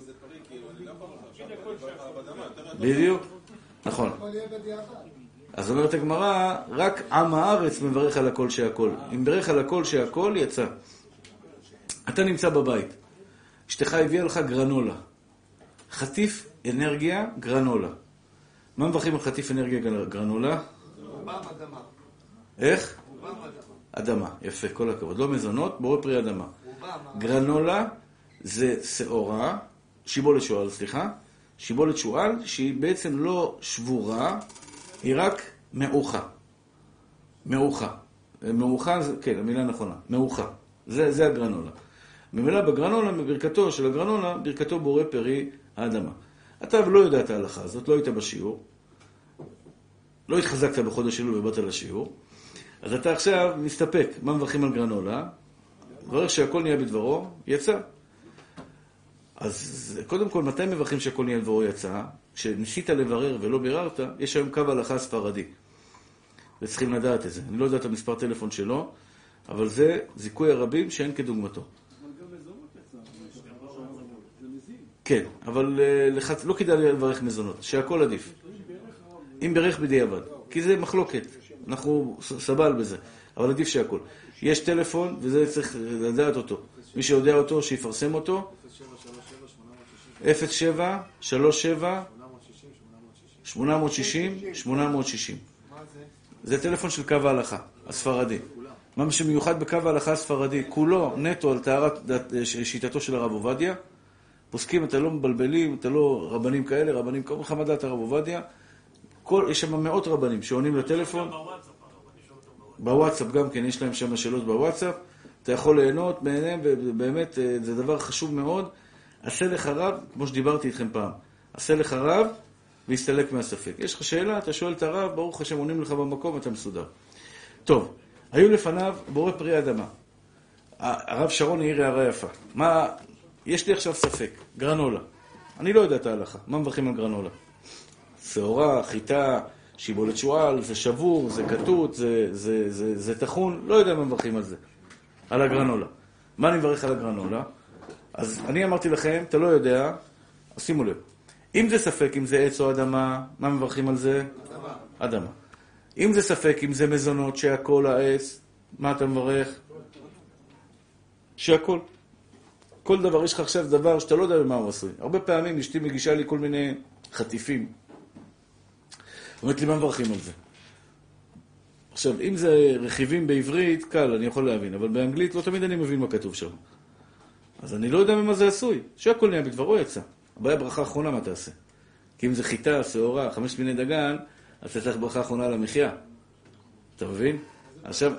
בדיוק, נכון. אז אומרת הגמרא, רק עם הארץ מברך על הכל שהכל. אם ברך על הכל שהכל, יצא. אתה נמצא בבית. אשתך הביאה לך גרנולה. חטיף אנרגיה גרנולה. מה מברכים על חטיף אנרגיה גרנולה? רובם אדמה. איך? אדמה. יפה, כל הכבוד. לא מזונות, בורא פרי אדמה. גרנולה זה שעורה, שיבולת שועל, סליחה. שיבולת שועל שהיא בעצם לא שבורה, היא רק מעוכה. מעוכה. מעוכה, כן, המילה נכונה. מעוכה. זה, זה הגרנולה. ממילא בגרנולה, בברכתו של הגרנולה, ברכתו בורא פרי האדמה. אתה לא יודע את ההלכה הזאת, לא היית בשיעור, לא התחזקת בחודש אלול ובאת לשיעור, אז אתה עכשיו מסתפק, מה מברכים על גרנולה? מברך שהכל נהיה בדברו, יצא. אז קודם כל, מתי מברכים שהכל נהיה בדברו יצא? כשניסית לברר ולא ביררת, יש היום קו הלכה ספרדי. וצריכים לדעת את זה. אני לא יודע את המספר טלפון שלו, אבל זה זיכוי הרבים שאין כדוגמתו. כן, אבל לא כדאי לברך מזונות, שהכל עדיף. אם ברך בדיעבד, כי זה מחלוקת. אנחנו סבל בזה, אבל עדיף שהכל. יש טלפון, וזה צריך לדעת אותו. מי שיודע אותו, שיפרסם אותו. אפס שבע שלוש שבע שמונה שש שש שמונה שש שש. זה טלפון של קו ההלכה, הספרדי. מה שמיוחד בקו ההלכה הספרדי, כולו נטו על טהרת שיטתו של הרב עובדיה. פוסקים, אתה לא מבלבלים, אתה לא רבנים כאלה, רבנים כאלה, חמד דעת הרב עובדיה. כל, יש שם מאות רבנים שעונים לטלפון. בוואטסאפ גם כן, יש להם שם שאלות בוואטסאפ. אתה יכול ליהנות ביניהם, ובאמת זה דבר חשוב מאוד. עשה לך רב, כמו שדיברתי איתכם פעם, עשה לך רב והסתלק מהספק. יש לך שאלה, אתה שואל את הרב, ברוך השם עונים לך במקום, אתה מסודר. טוב, היו לפניו בורא פרי האדמה. הרב שרון העיר הערה יפה. מה, יש לי עכשיו ספק, גרנולה. אני לא יודע את ההלכה, מה מברכים על גרנולה? שעורה, חיטה, שיבולת שועל, זה שבור, זה כתות, זה, זה, זה, זה תחון, לא יודע מה מברכים על זה. על הגרנולה. מה אני מברך על הגרנולה? אז אני אמרתי לכם, אתה לא יודע, אז שימו לב. אם זה ספק, אם זה עץ או אדמה, מה מברכים על זה? אדמה. אדמה. אם זה ספק, אם זה מזונות, שהכל העץ, מה אתה מברך? שהכל. כל דבר, יש לך עכשיו דבר שאתה לא יודע במה הוא עשוי. הרבה פעמים אשתי מגישה לי כל מיני חטיפים. אומרת לי, מה מברכים על זה? עכשיו, אם זה רכיבים בעברית, קל, אני יכול להבין, אבל באנגלית לא תמיד אני מבין מה כתוב שם. אז אני לא יודע ממה זה עשוי. שהכל נהיה בדברו יצא. הבעיה ברכה האחרונה מה תעשה? כי אם זה חיטה, שעורה, חמש מיני דגן, אז אתה צריך ברכה האחרונה למחיה. אתה מבין? עכשיו...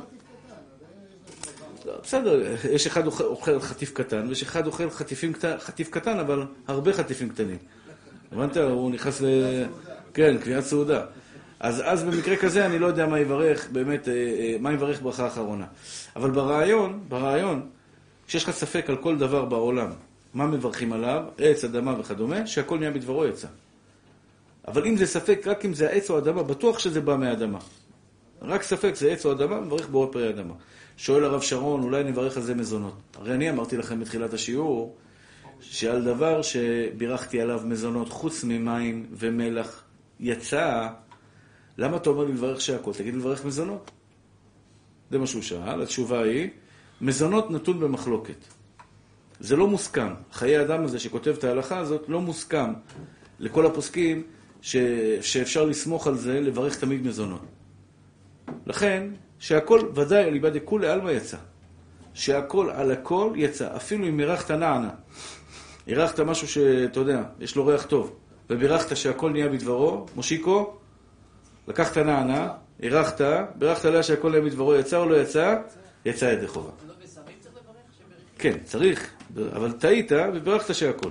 בסדר, יש אחד אוכל חטיף קטן, ויש אחד אוכל חטיפים, חטיף קטן, אבל הרבה חטיפים קטנים. הבנת? הוא נכנס ל... כן, קביעת סעודה. אז, אז במקרה כזה אני לא יודע מה יברך, באמת, מה יברך ברכה האחרונה. אבל ברעיון, ברעיון, כשיש לך ספק על כל דבר בעולם, מה מברכים עליו, עץ, אדמה וכדומה, שהכל נהיה בדברו יצא. אבל אם זה ספק, רק אם זה העץ או אדמה, בטוח שזה בא מהאדמה. רק ספק, זה עץ או אדמה, מברך בורא פרי אדמה. שואל הרב שרון, אולי נברך על זה מזונות. הרי אני אמרתי לכם בתחילת השיעור, שעל דבר שבירכתי עליו מזונות, חוץ ממים ומלח, יצא, למה אתה אומר לי לברך שהכל? תגיד לברך מזונות. זה מה שהוא שאל, התשובה היא, מזונות נתון במחלוקת. זה לא מוסכם. חיי האדם הזה שכותב את ההלכה הזאת, לא מוסכם לכל הפוסקים ש... שאפשר לסמוך על זה, לברך תמיד מזונות. לכן, שהכל ודאי על איבד כולי אלמה יצא. שהכל על הכל יצא. אפילו אם בירכת נענה. בירכת משהו שאתה יודע, יש לו ריח טוב. ובירכת שהכל נהיה בדברו, מושיקו, לקחת נענה, בירכת, בירכת עליה שהכל נהיה בדברו, יצא או לא יצא, יצא ידי חובה. לא בשרים צריך לברך? כן, צריך, אבל טעית ובירכת שהכל.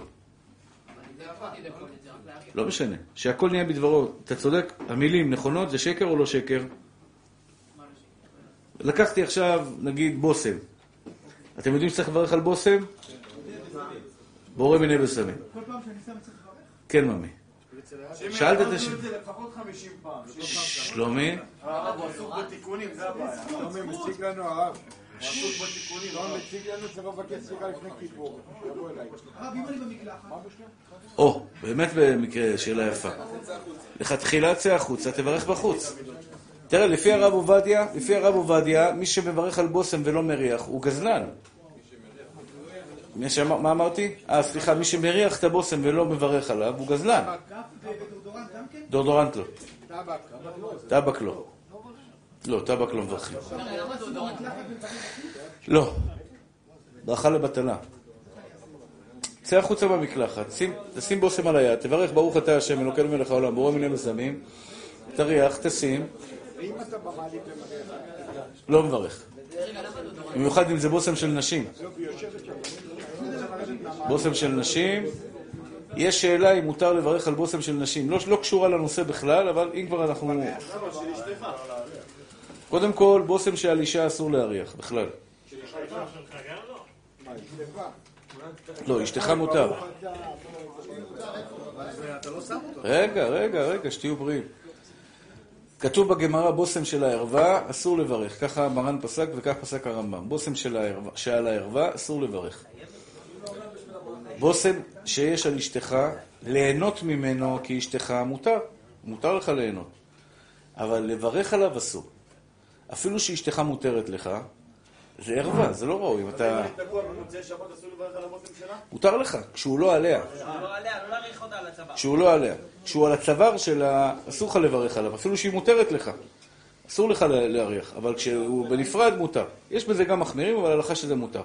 לא משנה, שהכל נהיה בדברו. אתה צודק, המילים נכונות, זה שקר או לא שקר? לקחתי עכשיו, נגיד, בוסם. אתם יודעים שצריך לברך על בוסם? בורא מיני בשמים. כל פעם שאני שם צריך לברך? כן, ממי. שאלת את השם. זה לפחות חמישים פעם. שלומי? הרב הוא עסוק בתיקונים, זה הבעיה. שלומי מציג לנו הרב. הוא עסוק בתיקונים. שלומי מציג לנו צריך לבקש סליחה לפני כיפור. תבוא אליי. הרב, אם אני במקלחת? או, באמת במקרה שאלה יפה. לכתחילה צא החוצה, תברך בחוץ. תראה, לפי הרב עובדיה, לפי הרב עובדיה, מי שמברך על בוסם ולא מריח, הוא גזלן. מה אמרתי? אה, סליחה, מי שמריח את הבוסם ולא מברך עליו, הוא גזלן. ודורדורנט גם כן? דורדורנט לא. טבק. טבק לא. לא, טבק לא מברכים. לא. ברכה לבטלה. צא החוצה במקלחת, תשים בוסם על היד, תברך ברוך אתה השם, אלוקינו מלך העולם, בורא מיני בשמים, תריח, תשים. ואם אתה במעלית ומריח? לא מברך. במיוחד אם זה בוסם של נשים. לא, והיא יושבת שם. בושם של נשים. יש שאלה אם מותר לברך על בושם של נשים. לא, לא קשורה לנושא בכלל, אבל אם כבר אנחנו... קודם כל, בושם שעל אישה אסור להריח, בכלל. לא, אשתך מותר. רגע, רגע, רגע, שתהיו בריאים. כתוב בגמרא בושם של הערווה אסור לברך. ככה מרן פסק וכך פסק הרמב"ם. בושם של הערווה, שעל הערווה אסור לברך. בושם שיש על אשתך, ליהנות ממנו כי אשתך מותר. מותר לך ליהנות. אבל לברך עליו אסור. אפילו שאשתך מותרת לך, זה ערווה, זה לא ראוי. אם אתה... מותר לך, כשהוא לא עליה. כשהוא לא עליה. כשהוא על הצוואר שלה, אסור לך לברך עליו, אפילו שהיא מותרת לך. אסור לך להריח, אבל כשהוא בנפרד מותר. יש בזה גם מחמירים, אבל הלכה שזה מותר.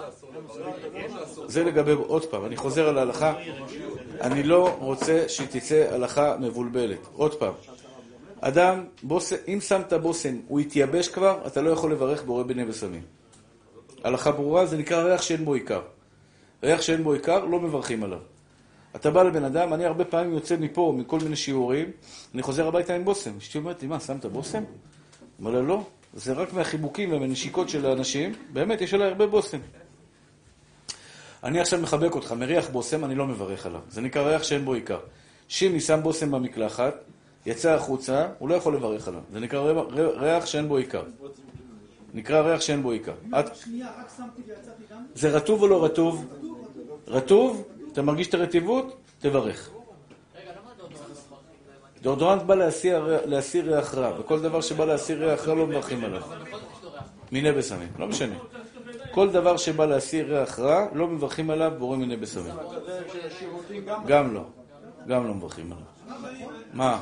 זה לגבי, עוד פעם, אני חוזר על ההלכה. אני לא רוצה שתצא הלכה מבולבלת. עוד פעם. אדם, בוסם, אם שמת בושם, הוא יתייבש כבר, אתה לא יכול לברך בורא בני בשמים. הלכה ברורה, זה נקרא ריח שאין בו עיקר. ריח שאין בו עיקר, לא מברכים עליו. אתה בא לבן אדם, אני הרבה פעמים יוצא מפה, מכל מיני שיעורים, אני חוזר הביתה עם בושם. אשתי אומרת לי, מה, שמת בושם? אומר לה, לא, זה רק מהחיבוקים ומנשיקות של האנשים, באמת, יש עליי הרבה בושם. אני עכשיו מחבק אותך, מריח בושם, אני לא מברך עליו. זה נקרא ריח שאין בו עיקר. שימי שם בושם במקלחת, יצא החוצה, הוא לא יכול לברך עליו. זה נקרא ריח שאין בו עיקר. נקרא ריח שאין בו עיקר. זה רטוב או לא רטוב? רטוב, אתה מרגיש את הרטיבות? תברך. דאודורנט בא להסיר ריח רע, וכל דבר שבא להסיר ריח רע לא מברכים עליו. מיני בשמים, לא משנה. כל דבר שבא להסיר ריח רע, לא מברכים עליו בורא מיני בשמים. גם לא. גם לא מברכים עליו. מה?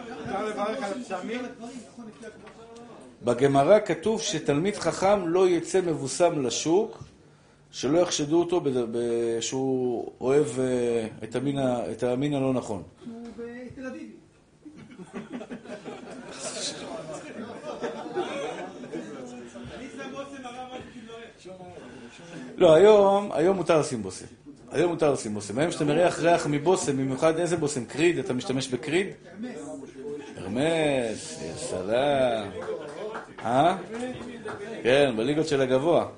בגמרא כתוב שתלמיד חכם לא יצא מבוסם לשוק, שלא יחשדו אותו שהוא אוהב את המין הלא נכון. הוא בתל אביב. לא, היום, היום מותר לשים בושם. היום מותר לשים בושם. היום שאתה מריח ריח מבושם, במיוחד איזה בושם? קריד? אתה משתמש בקריד? הרמס, סלאם. אה? כן, בליגות של הגבוה.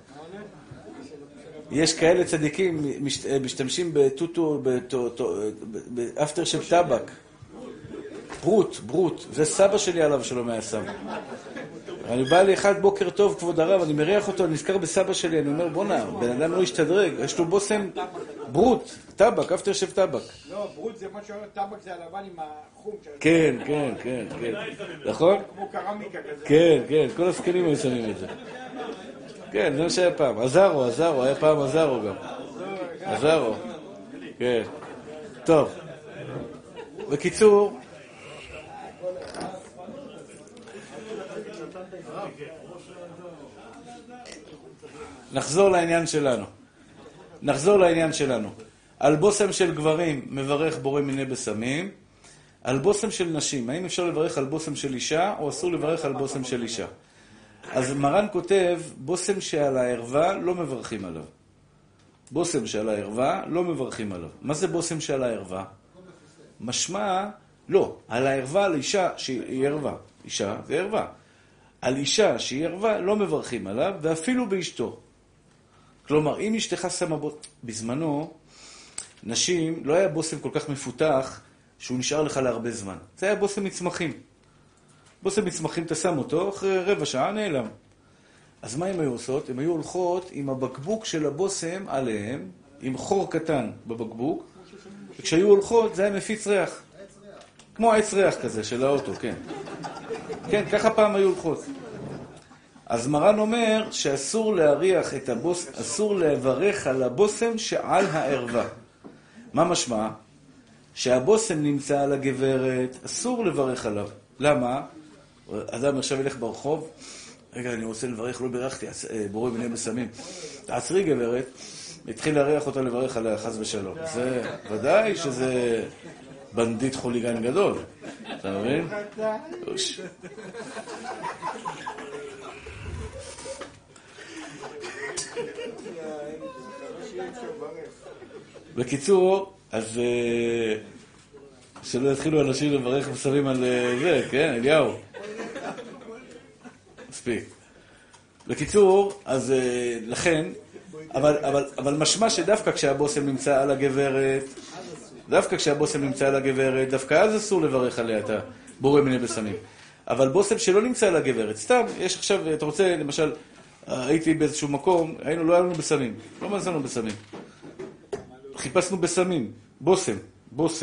יש כאלה צדיקים משתמשים בטוטו, באפטר של טבק. ברוט, ברוט. זה סבא שלי עליו שלא מהסם. אני בא לי אחד בוקר טוב, כבוד הרב, אני מריח אותו, אני נזכר בסבא שלי, אני אומר, בונה, בן אדם לא ישתדרג, יש לו בושם ברוט, טבק, אפטר של טבק. לא, ברוט זה מה שאומר, טבק זה הלבן עם החום. כן, כן, כן, כן. נכון? כמו קרמיקה כזה. כן, כן, כל הסקנים היו שמים את זה. כן, זה מה שהיה פעם. עזרו, עזרו, היה פעם עזרו גם. עזרו. כן. טוב. בקיצור, נחזור לעניין שלנו. נחזור לעניין שלנו. על בושם של גברים מברך בורא מיני בשמים. על בושם של נשים, האם אפשר לברך על בושם של אישה או אסור לברך על בושם של אישה? אז מרן כותב, בושם שעל הערווה לא מברכים עליו. בושם שעל הערווה לא מברכים עליו. מה זה בושם שעל הערווה? משמע, לא, על הערווה, על אישה שהיא ערווה. אישה זה ערווה. על אישה שהיא ערווה לא מברכים עליו, ואפילו באשתו. כלומר, אם אשתך שמה בו... בזמנו, נשים, לא היה בושם כל כך מפותח, שהוא נשאר לך להרבה זמן. זה היה בושם מצמחים. בושם מצמחים, אתה שם אותו, אחרי רבע שעה נעלם. אז מה הם היו עושות? הם היו הולכות עם הבקבוק של הבושם עליהם, עם חור קטן בבקבוק, וכשהיו הולכות זה היה מפיץ ריח. כמו עץ ריח כזה של האוטו, כן. כן, ככה פעם היו הולכות. אז מרן אומר שאסור להריח את הבושם, אסור לברך על הבושם שעל הערווה. מה משמע? שהבושם נמצא על הגברת, אסור לברך עליו. למה? אדם עכשיו ילך ברחוב, רגע, אני רוצה לברך, לא ברכתי, בורא מיני בשמים. תעצרי גברת, התחיל להריח אותה לברך עליה, חס ושלום. זה ודאי שזה בנדיט חוליגן גדול. אתה מבין? אוש. בקיצור, אז שלא יתחילו אנשים לברך מסבים על זה, כן, אליהו. מספיק. בקיצור, אז לכן, אבל, אבל, אבל משמע שדווקא כשהבושם נמצא על הגברת, דווקא כשהבושם נמצא על הגברת, דווקא אז אסור לברך עליה את הבורא מיני בשמים. אבל בושם שלא נמצא על הגברת, סתם, יש עכשיו, אתה רוצה, למשל, הייתי באיזשהו מקום, היינו, לא היה לנו בשמים, לא מצאנו בשמים. חיפשנו בשמים, בושם, בושם.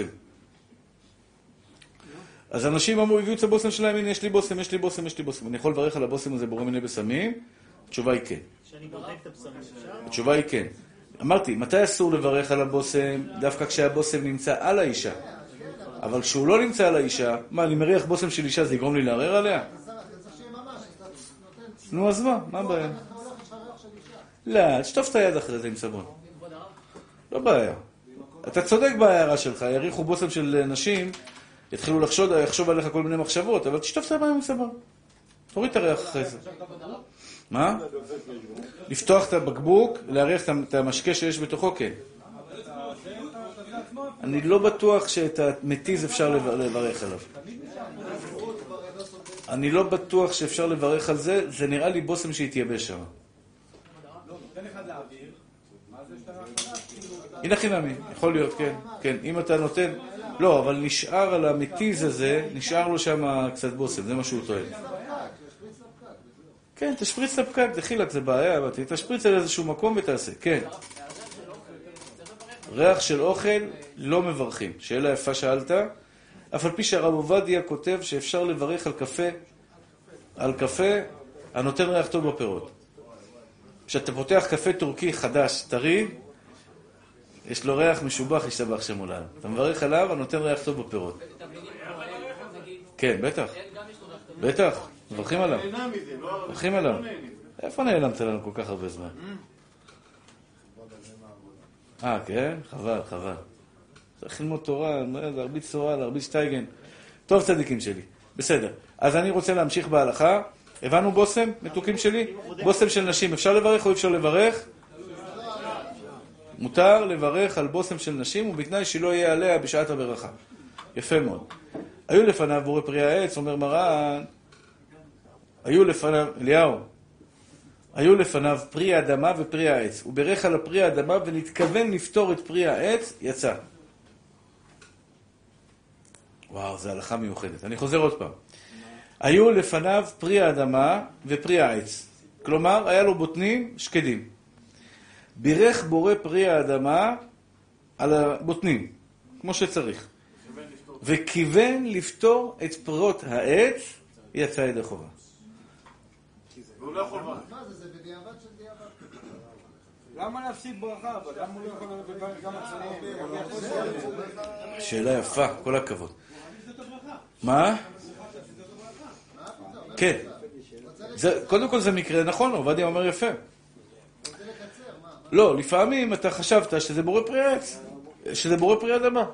אז אנשים אמרו, הביאו את הבושם שלהם, הנה, יש לי בושם, יש לי בושם, יש לי בושם. אני יכול לברך על הבושם הזה בורא מיני בשמים? התשובה היא כן. שאני בודק את הבשמים אפשר? התשובה היא כן. אמרתי, מתי אסור לברך על הבושם? דווקא כשהבושם נמצא על האישה. אבל כשהוא לא נמצא על האישה, מה, אני מריח בושם של אישה, זה יגרום לי לערער עליה? נו, אז מה? מה הבעיה? לא, תשטוף את היד אחרי זה עם סבון. לא בעיה. אתה צודק בהערה שלך, יריחו בושם של נשים, יתחילו לחשוב, יחשוב עליך כל מיני מחשבות, אבל תשטוף את היד עם סבון. תוריד את הריח אחרי זה. מה? לפתוח את הבקבוק, להריח את המשקה שיש בתוכו, כן. אני לא בטוח שאת המתיז אפשר לברך עליו. אני לא בטוח שאפשר לברך על זה, זה נראה לי בושם שהתייבש שם. הנה חינמי, יכול להיות, כן, כן, אם אתה נותן, לא, אבל נשאר על המתיז הזה, נשאר לו שם קצת בושם, זה מה שהוא טוען. כן, תשפריץ לפקק, דחילק, זה בעיה, תשפריץ על איזשהו מקום ותעשה, כן. ריח של אוכל לא מברכים. שאלה יפה שאלת. אף על פי שהרב עובדיה כותב שאפשר לברך על קפה, על קפה הנותן ריח טוב בפירות. כשאתה פותח קפה טורקי חדש, טרי, יש לו ריח משובח, ישתבח שם עולם. אתה מברך עליו, הנותן ריח טוב בפירות. כן, בטח. בטח, מברכים עליו. מברכים עליו. איפה נעלמת לנו כל כך הרבה זמן? אה, כן? חבל, חבל. צריך ללמוד תורה, להרביץ תורה, להרביץ שטייגן. טוב, צדיקים שלי. בסדר. אז אני רוצה להמשיך בהלכה. הבנו בושם, מתוקים שלי? בושם של נשים. אפשר לברך או אפשר לברך? מותר לברך על בושם של נשים, ובתנאי שלא יהיה עליה בשעת הברכה. יפה מאוד. היו לפניו בורא פרי העץ, אומר מרן, היו לפניו, אליהו, היו לפניו פרי האדמה ופרי העץ. הוא ברך על הפרי האדמה ונתכוון לפתור את פרי העץ, יצא. וואו, זו הלכה מיוחדת. אני חוזר עוד פעם. היו לפניו פרי האדמה ופרי העץ. כלומר, היה לו בוטנים שקדים. בירך בורא פרי האדמה על הבוטנים, כמו שצריך. וכיוון לפתור את פירות העץ, יצא ידי חובה. והוא לא יכול מה? מה זה? זה בדיעבד של דיעבד. למה להפסיד ברכה? אבל למה הוא לא יכול לברך גם הצלעים? שאלה יפה, כל הכבוד. מה? כן. קודם כל זה מקרה נכון, עובדיה אומר יפה. לא, לפעמים אתה חשבת שזה בורא פרי עץ, שזה בורא פרי אדמה.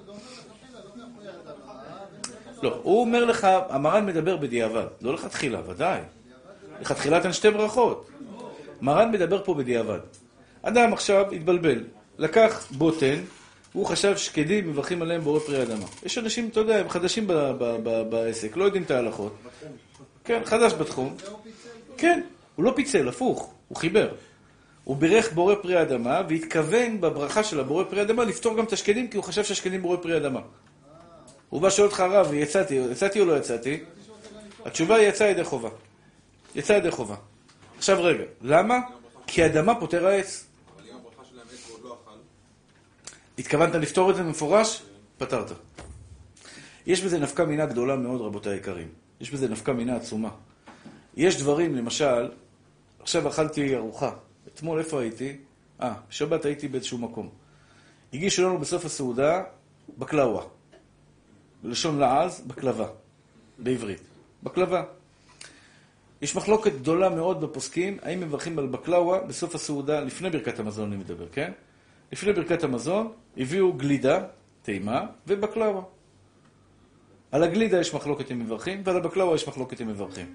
לא, הוא אומר לך, המרן מדבר בדיעבד, לא לכתחילה, ודאי. לכתחילה תן שתי ברכות. מרן מדבר פה בדיעבד. אדם עכשיו התבלבל, לקח בוטן, הוא חשב שקדים מברכים עליהם בורא פרי אדמה. יש אנשים, אתה יודע, הם חדשים ב- ב- ב- בעסק, לא יודעים את ההלכות. כן, חדש בתחום. כן, הוא לא פיצל, הפוך, הוא חיבר. הוא בירך בורא פרי אדמה, והתכוון בברכה של הבורא פרי אדמה לפתור גם את השקדים, כי הוא חשב שהשקדים בורא פרי אדמה. הוא בא שואל אותך הרב, יצאתי, יצאתי או לא יצאתי? התשובה היא יצא ידי חובה. יצא ידי חובה. עכשיו רגע, למה? כי האדמה פותר העץ. אבל אם הברכה שלהם עץ ועוד לא אכל. התכוונת לפתור את זה במפורש? פתרת. יש בזה נפקה מינה גדולה מאוד, רבותיי היקרים. יש בזה נפקה מינה עצומה. יש דברים, למשל, עכשיו אכלתי ארוחה. אתמול איפה הייתי? אה, בשבת הייתי באיזשהו מקום. הגישו לנו בסוף הסעודה בקלאווה. בלשון לעז, בקלווה. בעברית. בקלווה. יש מחלוקת גדולה מאוד בפוסקים, האם מברכים על בקלאווה בסוף הסעודה, לפני ברכת המזון אני מדבר, כן? לפני ברכת המזון הביאו גלידה, טעימה, ובקלאווה. על הגלידה יש מחלוקת עם מברכים, ועל הבקלאווה יש מחלוקת עם מברכים.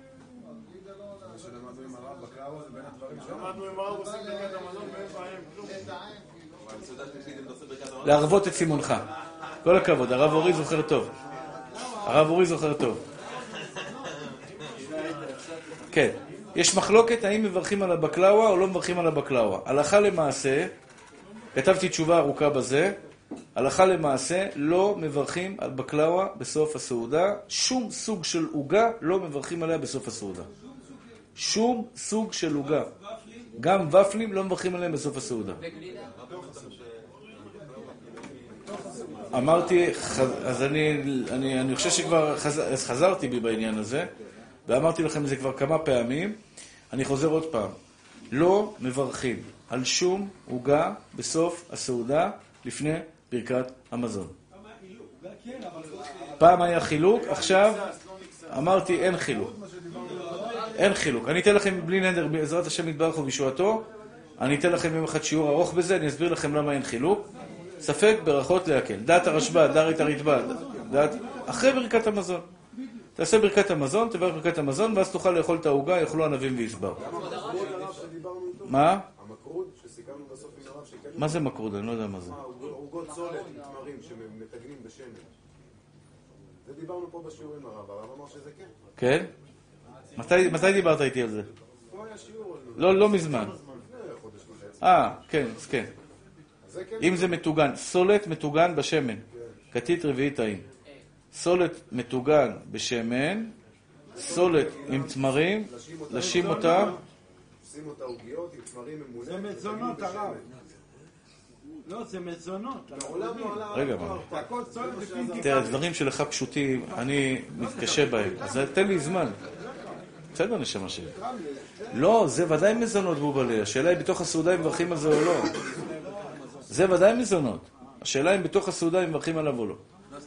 למדנו עם הרב עושים ברכת המזון ואין בעיה עם כלום. להרוות את סימונך. כל הכבוד, הרב אורי זוכר טוב. הרב אורי זוכר טוב. כן. יש מחלוקת האם מברכים על הבקלאווה או לא מברכים על הבקלאווה. הלכה למעשה, כתבתי תשובה ארוכה בזה, הלכה למעשה לא מברכים על בקלאווה בסוף הסעודה, שום סוג של עוגה לא מברכים עליה בסוף הסעודה. שום סוג של עוגה. גם ופלים לא מברכים עליהם בסוף הסעודה. אמרתי, אז אני, אני, אני חושב שכבר חזר, חזרתי בי בעניין הזה, ואמרתי לכם את זה כבר כמה פעמים, אני חוזר עוד פעם. לא מברכים על שום עוגה בסוף הסעודה לפני ברכת המזון. פעם היה חילוק, עכשיו אמרתי אין חילוק. אין חילוק. אני אתן לכם בלי נדר, בעזרת השם יתברך ובישועתו, אני אתן לכם יום אחד שיעור ארוך בזה, אני אסביר לכם למה אין חילוק. ספק ברכות להקל. דעת הרשב"א, דעת הרתב"א, דעת... אחרי ברכת המזון. תעשה ברכת המזון, תברך ברכת המזון, ואז תוכל לאכול את העוגה, יאכלו ענבים ויסבר. מה? המקרוד שסיכמנו בסוף עם הרב שכן... מה זה מקרוד? אני לא יודע מה זה. עוגות סולת, תמרים שמתגנים בשמן. זה דיברנו פה בשיעורים הרב, הרב אמר שזה כן. כן? מתי, מתי דיברת איתי על זה? פה היה שיעור. לא, לא מזמן. אה, כן, אז כן. אם זה מטוגן, סולת מטוגן בשמן. כתית רביעית טעים. סולת מטוגן בשמן, סולת עם תמרים, לשים אותה. שים אותה עוגיות עם תמרים ממולאים. זה מזונות הרב. לא, זה מזונות. רגע, מה? תראה, הדברים שלך פשוטים, אני מתקשה בהם. אז תן לי זמן. בסדר, נשמה שלי. לא, זה ודאי מזונות בובלה. השאלה היא בתוך הסעודה אם מברכים על זה או לא. זה ודאי מזונות. השאלה היא בתוך הסעודה אם מברכים עליו או לא.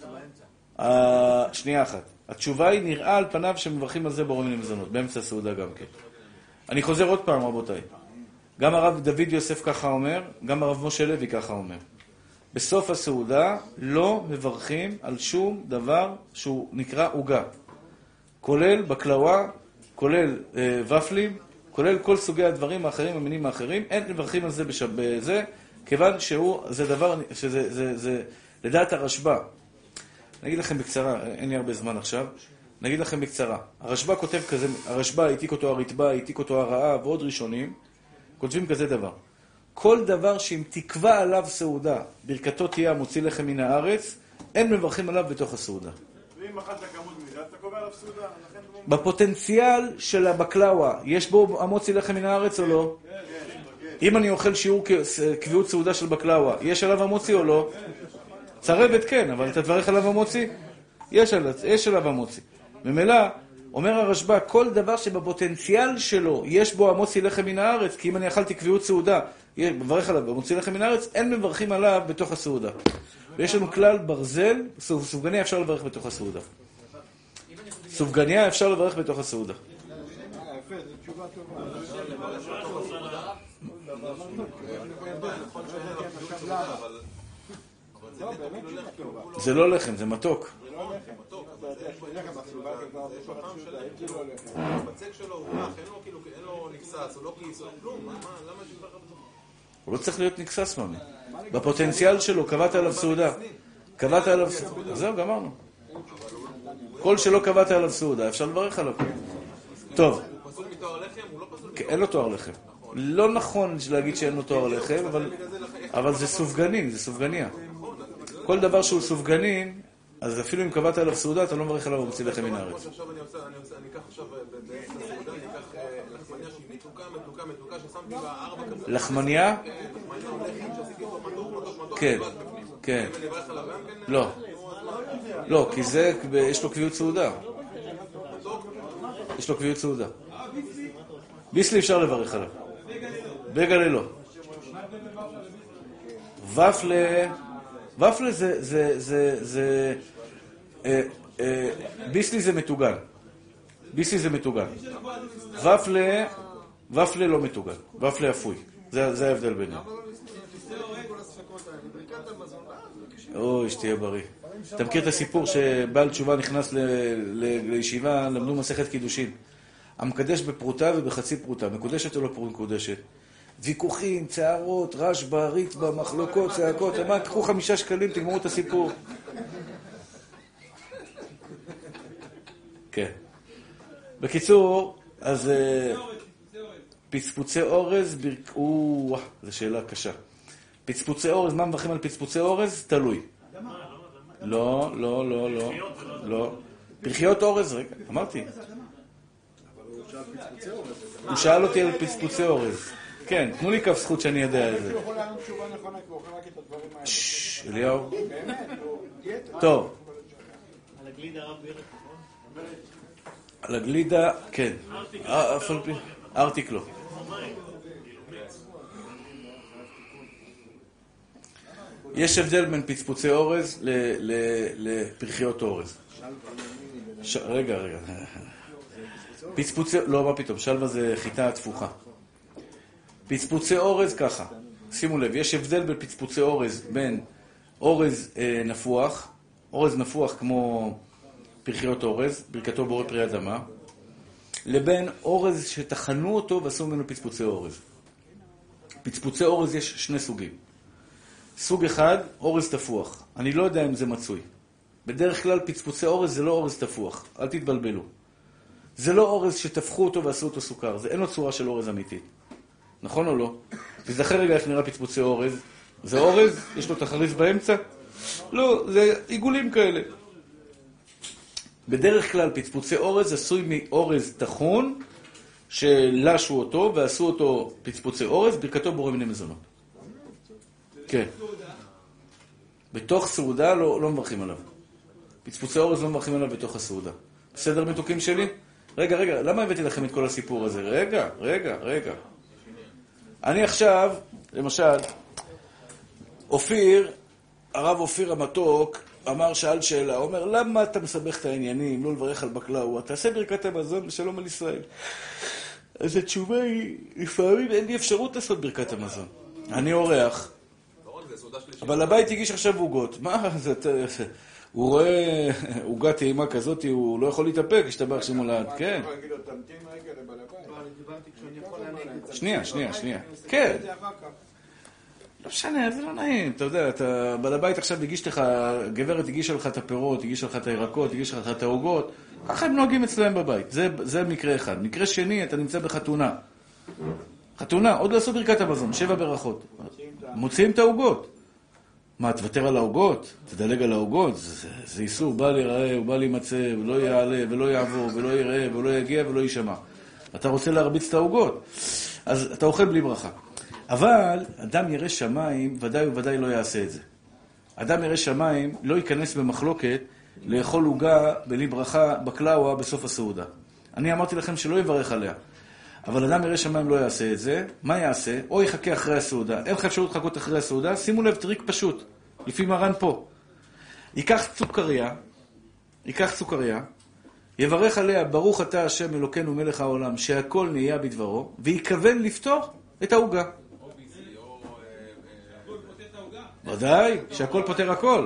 שנייה אחת. התשובה היא נראה על פניו שמברכים על זה ברורים למזונות. באמצע הסעודה גם כן. אני חוזר עוד פעם, רבותיי. גם הרב דוד יוסף ככה אומר, גם הרב משה לוי ככה אומר. בסוף הסעודה לא מברכים על שום דבר שהוא נקרא עוגה. כולל בקלאווה, כולל אה, ופלים, כולל כל סוגי הדברים האחרים, המינים האחרים. אין מברכים על זה בזה, כיוון שהוא, זה דבר, שזה, זה, זה, לדעת הרשב"א. נגיד לכם בקצרה, אין לי הרבה זמן עכשיו. נגיד לכם בקצרה. הרשב"א כותב כזה, הרשב"א, העתיק אותו הרתב"א, העתיק אותו הרעב ועוד ראשונים, כותבים כזה דבר. כל דבר שאם תקבע עליו סעודה, ברכתו תהיה המוציא לחם מן הארץ, אין מברכים עליו בתוך הסעודה. ואם אחת הכמות מידה, אתה קובע עליו סעודה? בפוטנציאל של הבקלאווה, יש בו המוציא לחם מן הארץ או לא? כן, כן. אם אני אוכל שיעור קביעות סעודה של בקלאווה, יש עליו המוציא או לא? צרבת כן, אבל אתה תברך עליו המוציא? יש עליו, יש עליו המוציא. ממילא, אומר הרשב"א, כל דבר שבפוטנציאל שלו יש בו המוציא לחם מן הארץ, כי אם אני אכלתי קביעות סעודה, מברך עליו המוציא לחם מן הארץ, אין מברכים עליו בתוך הסעודה. ויש לנו כלל ברזל, סופגניה אפשר לברך בתוך הסעודה. סופגניה אפשר לברך בתוך הסעודה. יפה, זו תשובה טובה. זה לא לחם, זה מתוק. הבצק שלו הוא רך, אין לו נקסס, הוא לא כיס, כלום, למה שברך על זה? הוא לא צריך להיות נקסס ממי. בפוטנציאל שלו, קבעת עליו סעודה. קבעת עליו סעודה. זהו, גמרנו. כל שלא קבעת עליו סעודה, אפשר לברך עליו. טוב. הוא פסול מתואר לחם? הוא לא פסול? אין לו תואר לחם. לא נכון להגיד שאין לו תואר לחם, אבל זה סופגנין, זה סופגניה. כל דבר שהוא סופגנין, אז אפילו אם קבעת עליו סעודה, אתה לא מברך עליו ומוציא לחם מן הארץ. עכשיו אני עושה, אני אקח עכשיו באמצע הסעודה, אני אקח לחמניה שהיא מתוקה, מתוקה, מתוקה, ששמתי בה ארבע כזה. לחמניה? לחמניה או לחם שעשיתי אותו מתוק, מתוק, מתוק. כן, כן. אני אברך עליו גם כן? לא. לא, כי זה, יש לו קביעות סעודה. יש לו קביעות סעודה. ביסלי אפשר לברך עליו. בגלה לא. ופלה, ופלה זה, זה, זה, זה, אה, אה, ביסלי זה מטוגן. ביסלי זה מטוגן. ופלה, ופלה לא מטוגן. ופלה אפוי. זה, זה ההבדל ביניהם. אוי, שתהיה בריא. אתה מכיר את הסיפור שבעל תשובה נכנס ל, ל, לישיבה, למדו מסכת קידושין. המקדש בפרוטה ובחצי פרוטה, מקודשת או לא מקודשת? ויכוחים, צערות, רשב"א, ריטב"א, מחלוקות, צעקות, מה, קחו חמישה שקלים, תגמרו את הסיפור. כן. בקיצור, אז פצפוצי אורז, או, זו שאלה קשה. פצפוצי אורז, מה מברכים על פצפוצי אורז? תלוי. לא, לא, לא, לא. לא. פרחיות אורז, רגע, אמרתי. הוא שאל אותי על פצפוצי אורז. כן, תנו לי כף זכות שאני יודע את זה. הוא יכול לענות תשובה נכונה, כי הוא אוכל רק את הדברים האלה. ששש, אליהו. באמת, הוא דיאטה. טוב. על הגלידה רב בירך, נכון? על הגלידה, כן. אף על פי, ארטיק לא. יש הבדל בין פצפוצי אורז לפרחיות אורז. רגע, רגע. פצפוצי, לא, מה פתאום, שלווה זה חיטה תפוחה. פצפוצי אורז ככה, שימו לב, יש הבדל בין פצפוצי אורז בין אורז אה, נפוח, אורז נפוח כמו פרחיות אורז, ברכתו בורא פרי אדמה, לבין אורז שטחנו אותו ועשו ממנו פצפוצי אורז. פצפוצי אורז יש שני סוגים. סוג אחד, אורז תפוח. אני לא יודע אם זה מצוי. בדרך כלל פצפוצי אורז זה לא אורז תפוח, אל תתבלבלו. זה לא אורז שטפחו אותו ועשו אותו סוכר, זה אין לו צורה של אורז אמיתית. נכון או לא? תזכר רגע איך נראה פצפוצי אורז. זה אורז? יש לו תחריף באמצע? לא, זה עיגולים כאלה. בדרך כלל פצפוצי אורז עשוי מאורז תחון, שלשו אותו ועשו אותו פצפוצי אורז, ברכתו בורא מיני מזונות. כן. בתוך סעודה לא, לא מברכים עליו. פצפוצי אורז לא מברכים עליו בתוך הסעודה. בסדר מתוקים שלי? רגע, רגע, למה הבאתי לכם את כל הסיפור הזה? רגע, רגע, רגע. אני עכשיו, למשל, אופיר, הרב אופיר המתוק, אמר, שאל שאלה, אומר, למה אתה מסבך את העניינים, לא לברך על בקלאווה? תעשה ברכת המזון ושלום על ישראל. אז התשובה היא, לפעמים אין לי אפשרות לעשות ברכת המזון. אני אורח, אבל הבית הגיש עכשיו עוגות. מה זה? הוא רואה עוגה טעימה כזאת, הוא לא יכול להתאפק, השתבח שמולד. כן. שנייה, שנייה, שנייה. כן. לא משנה, זה לא נעים. אתה יודע, בעל הבית עכשיו הגיש לך, גברת הגישה לך את הפירות, הגישה לך את הירקות, הגישה לך את העוגות. ככה הם נוהגים אצלם בבית. זה, זה מקרה אחד. מקרה שני, אתה נמצא בחתונה. חתונה, עוד לא עשו ברכת המזון, שבע ברכות. מוציאים את העוגות. מה, תוותר על העוגות? תדלג על העוגות? זה, זה איסור, בא להיראה, הוא בא להימצא, הוא לא יעלה, ולא יעבור, ולא יראה, ולא יגיע, ולא יישמע. אתה רוצה להרביץ את העוגות. אז אתה אוכל בלי ברכה. אבל אדם ירא שמיים, ודאי וודאי לא יעשה את זה. אדם ירא שמיים לא ייכנס במחלוקת לאכול עוגה בלי ברכה בקלאווה בסוף הסעודה. אני אמרתי לכם שלא יברך עליה. אבל אדם ירא שמיים לא יעשה את זה. מה יעשה? או יחכה אחרי הסעודה. אין לך אפשרות לחכות אחרי הסעודה? שימו לב, טריק פשוט. לפי מרן פה. ייקח צוקריה, ייקח צוקריה, יברך עליה, ברוך אתה השם אלוקינו מלך העולם, שהכל נהיה בדברו, ויקוון לפתור את העוגה. ודאי, שהכל פותר הכל.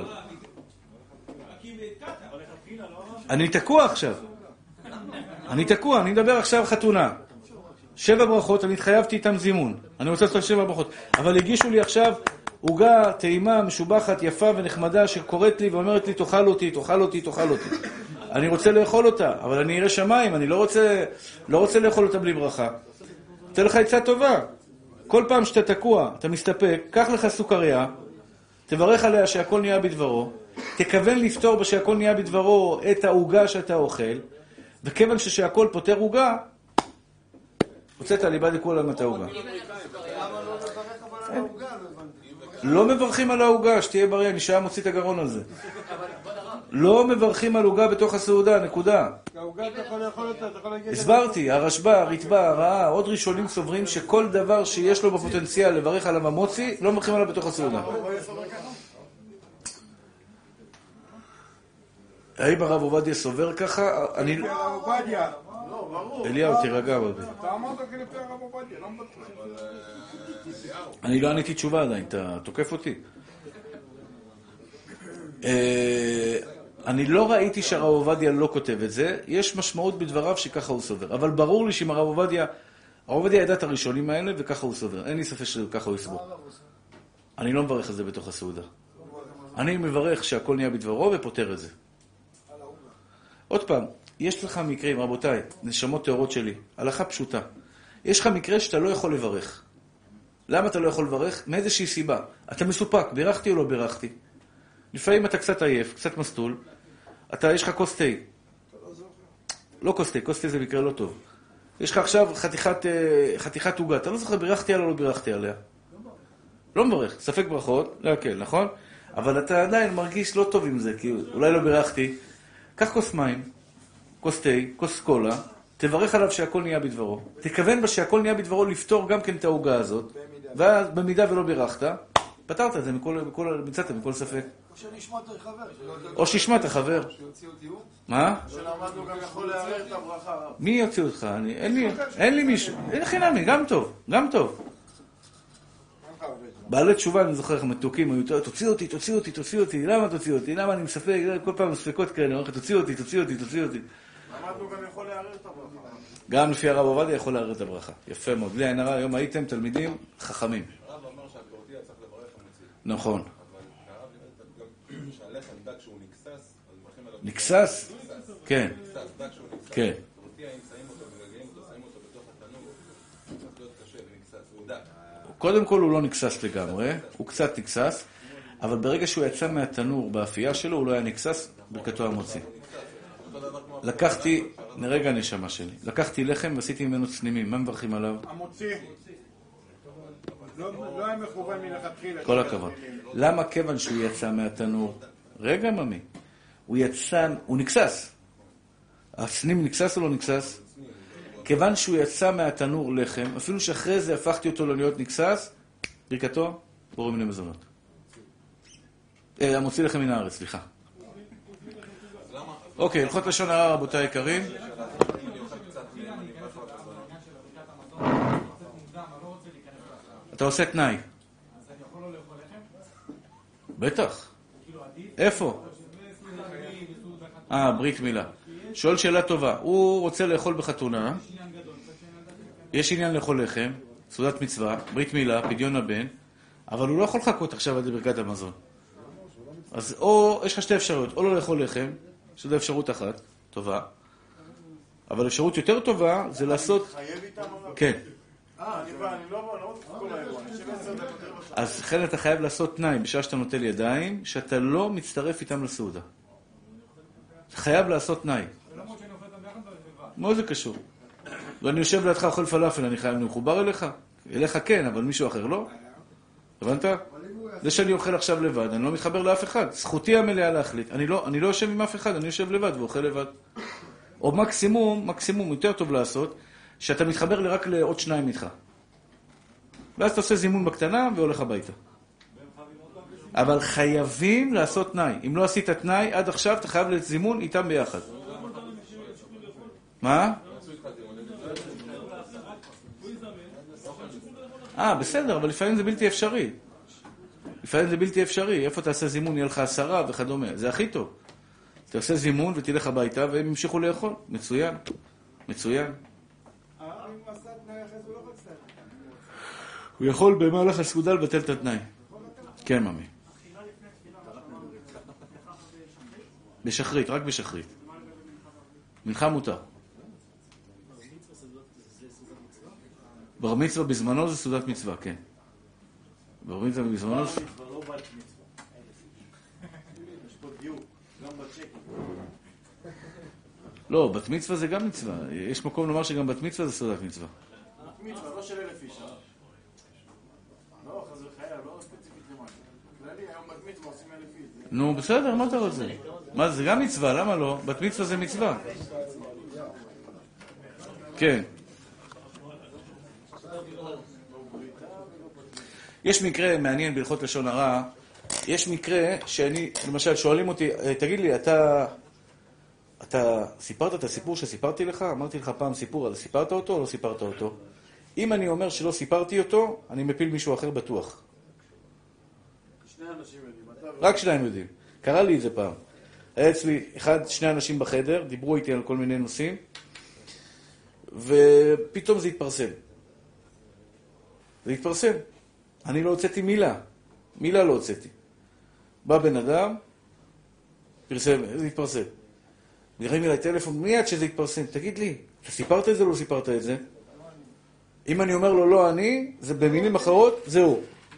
אני תקוע עכשיו. אני תקוע, אני מדבר עכשיו חתונה. שבע ברכות, אני התחייבתי איתם זימון. אני רוצה לעשות שבע ברכות. אבל הגישו לי עכשיו עוגה, טעימה, משובחת, יפה ונחמדה, שקוראת לי ואומרת לי, תאכל אותי, תאכל אותי, תאכל אותי. אני רוצה לאכול אותה, אבל אני ירא שמיים, אני לא רוצה, לא רוצה לאכול אותה בלי ברכה. תן לך עצה טובה. כל פעם שאתה תקוע, אתה מסתפק, קח לך סוכריה, תברך עליה שהכל נהיה בדברו, תכוון לפתור בשהכל נהיה בדברו את העוגה שאתה אוכל, וכיוון ששהכל פותר עוגה, הוצאת על איבד לכולם את העוגה. לא מברכים על העוגה, שתהיה בריא, אני שעה מוציא את הגרון על זה. לא מברכים על עוגה בתוך הסעודה, נקודה. הסברתי, הרשב"א, הרטב"א, הרעה, עוד ראשונים סוברים שכל דבר שיש לו בפוטנציאל לברך עליו המוציא, לא מברכים עליו בתוך הסעודה. האם הרב עובדיה סובר ככה? אני... הרב עובדיה. אליהו, תירגע בבי. אתה אמרת כלפי הרב עובדיה, לא מבטח. אני לא עניתי תשובה עדיין, אתה תוקף אותי. אני לא ראיתי שהרב עובדיה לא כותב את זה, יש משמעות בדבריו שככה הוא סובר. אבל ברור לי שאם הרב עובדיה הרב עובדיה ידע את הראשונים האלה, וככה הוא סובר. אין לי ספק שככה הוא יסבור. אני לא מברך את זה בתוך הסעודה. אני מברך שהכל נהיה בדברו ופותר את זה. עוד פעם, יש לך מקרים, רבותיי, נשמות תאורות שלי, הלכה פשוטה. יש לך מקרה שאתה לא יכול לברך. למה אתה לא יכול לברך? מאיזושהי סיבה. אתה מסופק, בירכתי או לא בירכתי? לפעמים אתה קצת עייף, קצת מסטול, אתה, יש לך כוס תה. לא כוס תה, כוס תה זה מקרה לא טוב. יש לך עכשיו חתיכת, חתיכת עוגה, אתה לא זוכר, בירכתי עליה או לא בירכתי עליה? לא מברך, ספק ברכות, להקל, נכון? אבל אתה עדיין מרגיש לא טוב עם זה, כי אולי לא בירכתי. קח כוס מים, כוס תה, כוס קולה, תברך עליו שהכל נהיה בדברו. תכוון בה שהכל נהיה בדברו לפתור גם כן את העוגה הזאת, ואז במידה ולא בירכת, פתרת את זה מכל, מכל, מצאת מכל ספק. או שנשמע את החבר. או שישמע את החבר. מה? שלמדנו גם יכול לערער את הברכה. מי יוציא אותך? אני, אין לי, אין לי מישהו. אין חינמי, גם טוב, גם טוב. בעלי תשובה, אני זוכר איך מתוקים, היו, תוציא אותי, תוציא אותי, תוציא אותי, למה תוציא אותי? למה אני מספק? כל פעם מספקות כאלה, אני אומר לך, תוציא אותי, תוציא אותי, תוציא אותי. למדנו גם יכול לערער את הברכה. גם לפי הרב עובדיה יכול לערער את הברכה. יפה מאוד. בלי עין הרע, היום הייתם תלמידים חכמים. הרב אומר שהקורטיה צריך לברך המוציא. נכון. אבל הרב לימד גם שהלחם דק שהוא נקסס, אז מברכים עליו. נקסס? כן. נקסס, דק שהוא נקסס. כן. קורטיה, אם שמים אותו וגגעים אותו, שמים אותו בתוך התנור, צריך להיות קשה ונקסס, הוא דק. קודם כל הוא לא נקסס לגמרי, הוא קצת נקסס, אבל ברגע שהוא יצא מהתנור באפייה שלו, הוא לא היה נקסס, ברכתו המוציא. לקחתי, נרגע נשמה שלי, לקחתי לחם ועשיתי ממנו צנימים, מה מברכים עליו? המוציא. לא היה מכוון מלכתחילה. כל הכבוד. למה כיוון שהוא יצא מהתנור? רגע ממי, הוא יצא, הוא נקסס. הצנים נקסס או לא נקסס? כיוון שהוא יצא מהתנור לחם, אפילו שאחרי זה הפכתי אותו להיות נקסס, ברכתו, בורא מיני מזונות. המוציא לחם מן הארץ, סליחה. אוקיי, הלכות לשון הרע, רבותיי היקרים. אתה עושה תנאי. בטח. איפה? אה, ברית מילה. שואל שאלה טובה. הוא רוצה לאכול בחתונה. יש עניין לאכול לחם, סעודת מצווה, ברית מילה, פדיון הבן, אבל הוא לא יכול לחכות עכשיו עד ברכת המזון. אז או, יש לך שתי אפשרויות, או לא לאכול לחם, שזו אפשרות אחת, טובה, אבל אפשרות יותר טובה זה לעשות... חייב איתם עליו? כן. אה, אני בא, אני לא בא, לא רוצה כל האירוע, אני חושב עשר דקות רבע שעה. אז לכן אתה חייב לעשות תנאי, בשעה שאתה נוטל ידיים, שאתה לא מצטרף איתם לסעודה. אתה חייב לעשות תנאי. מה זה קשור? ואני יושב לידך אוכל פלאפל, אני חייב, אני מחובר אליך? אליך כן, אבל מישהו אחר לא? הבנת? זה שאני אוכל עכשיו לבד, אני לא מתחבר לאף אחד. זכותי המלאה להחליט. אני לא, אני לא יושב עם אף אחד, אני יושב לבד ואוכל לבד. או מקסימום, מקסימום, יותר טוב לעשות, שאתה מתחבר רק לעוד שניים איתך. ואז אתה עושה זימון בקטנה והולך הביתה. אבל חייבים לעשות תנאי. אם לא עשית תנאי, עד עכשיו אתה חייב לזימון איתם ביחד. מה? אה, בסדר, אבל לפעמים זה בלתי אפשרי. לפעמים זה בלתי אפשרי. איפה תעשה זימון, יהיה לך עשרה וכדומה. זה הכי טוב. אתה עושה זימון ותלך הביתה והם ימשיכו לאכול. מצוין. מצוין. הוא יכול במהלך הסעודה לבטל את התנאי. כן, ממי. בשחרית, רק בשחרית. מנחה מותר. בר מצווה בזמנו זה סעודת מצווה, כן. בר מצווה בזמנו... בר מצווה לא בת מצווה. יש פה דיוק, גם בצ'קים. לא, בת מצווה זה גם מצווה. יש מקום לומר שגם בת מצווה זה סעודת מצווה. בת מצווה, לא של אלף איש. לא, חס וחלילה, לא ספציפית למשהו. כללי, היום בת מצווה עושים אלף איש. נו, בסדר, מה אתה רוצה? מה, זה גם מצווה, למה לא? בת מצווה זה מצווה. כן. יש מקרה מעניין בהלכות לשון הרע, יש מקרה שאני, למשל, שואלים אותי, תגיד לי, אתה, אתה סיפרת את הסיפור שסיפרתי לך? אמרתי לך פעם סיפור, אז סיפרת אותו או לא סיפרת אותו? אם אני אומר שלא סיפרתי אותו, אני מפיל מישהו אחר בטוח. שני אנשים יודעים. רק שניים יודעים. קרה לי את זה פעם. היה אצלי אחד, שני אנשים בחדר, דיברו איתי על כל מיני נושאים, ופתאום זה התפרסם. זה התפרסם. אני לא הוצאתי מילה. מילה לא הוצאתי. בא בן אדם, פרסם, זה התפרסם. נראים אליי טלפון, מיד שזה התפרסם. תגיד לי, אתה סיפרת את זה או לא סיפרת את זה? אם אני אומר לו לא אני, זה במילים אחרות, זהו.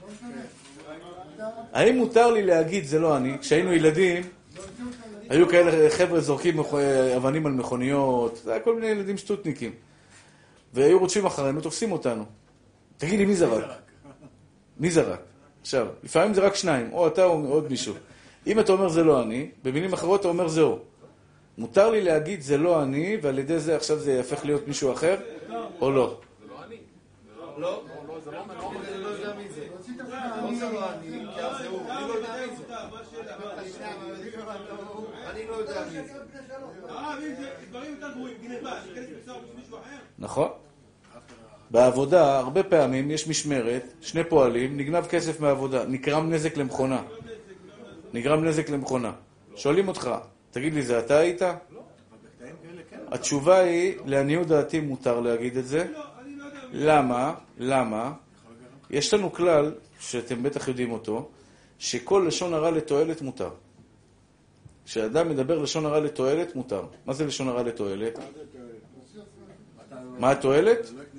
האם מותר לי להגיד זה לא אני? כשהיינו ילדים, היו כאלה חבר'ה זורקים אבנים על מכוניות, זה היה כל מיני ילדים שטוטניקים. והיו רודפים אחרינו, תופסים אותנו. תגיד לי, מי זרק? מי זרק? עכשיו, לפעמים זה רק שניים, או אתה או עוד מישהו. אם אתה אומר זה לא אני, במילים אחרות אתה אומר זהו. מותר לי להגיד זה לא אני, ועל ידי זה עכשיו זה יהפך להיות מישהו אחר, או לא? זה לא אני. לא, זה לא אני. אני לא יודע מי זה. לא זה לא אני, כי אז זהו. אני לא יודע מי זה. אני לא יודע מי זה. אה, מי זה? דברים יותר גרועים, גנבה, שכנס מצטער בשביל מישהו אחר. נכון. בעבודה, הרבה פעמים יש משמרת, שני פועלים, נגנב כסף מהעבודה, נגרם נזק למכונה. נגרם נזק למכונה. שואלים אותך, תגיד לי, זה אתה היית? התשובה היא, לעניות דעתי מותר להגיד את זה. למה? למה? יש לנו כלל, שאתם בטח יודעים אותו, שכל לשון הרע לתועלת מותר. כשאדם מדבר לשון הרע לתועלת, מותר. מה זה לשון הרע לתועלת? מה התועלת?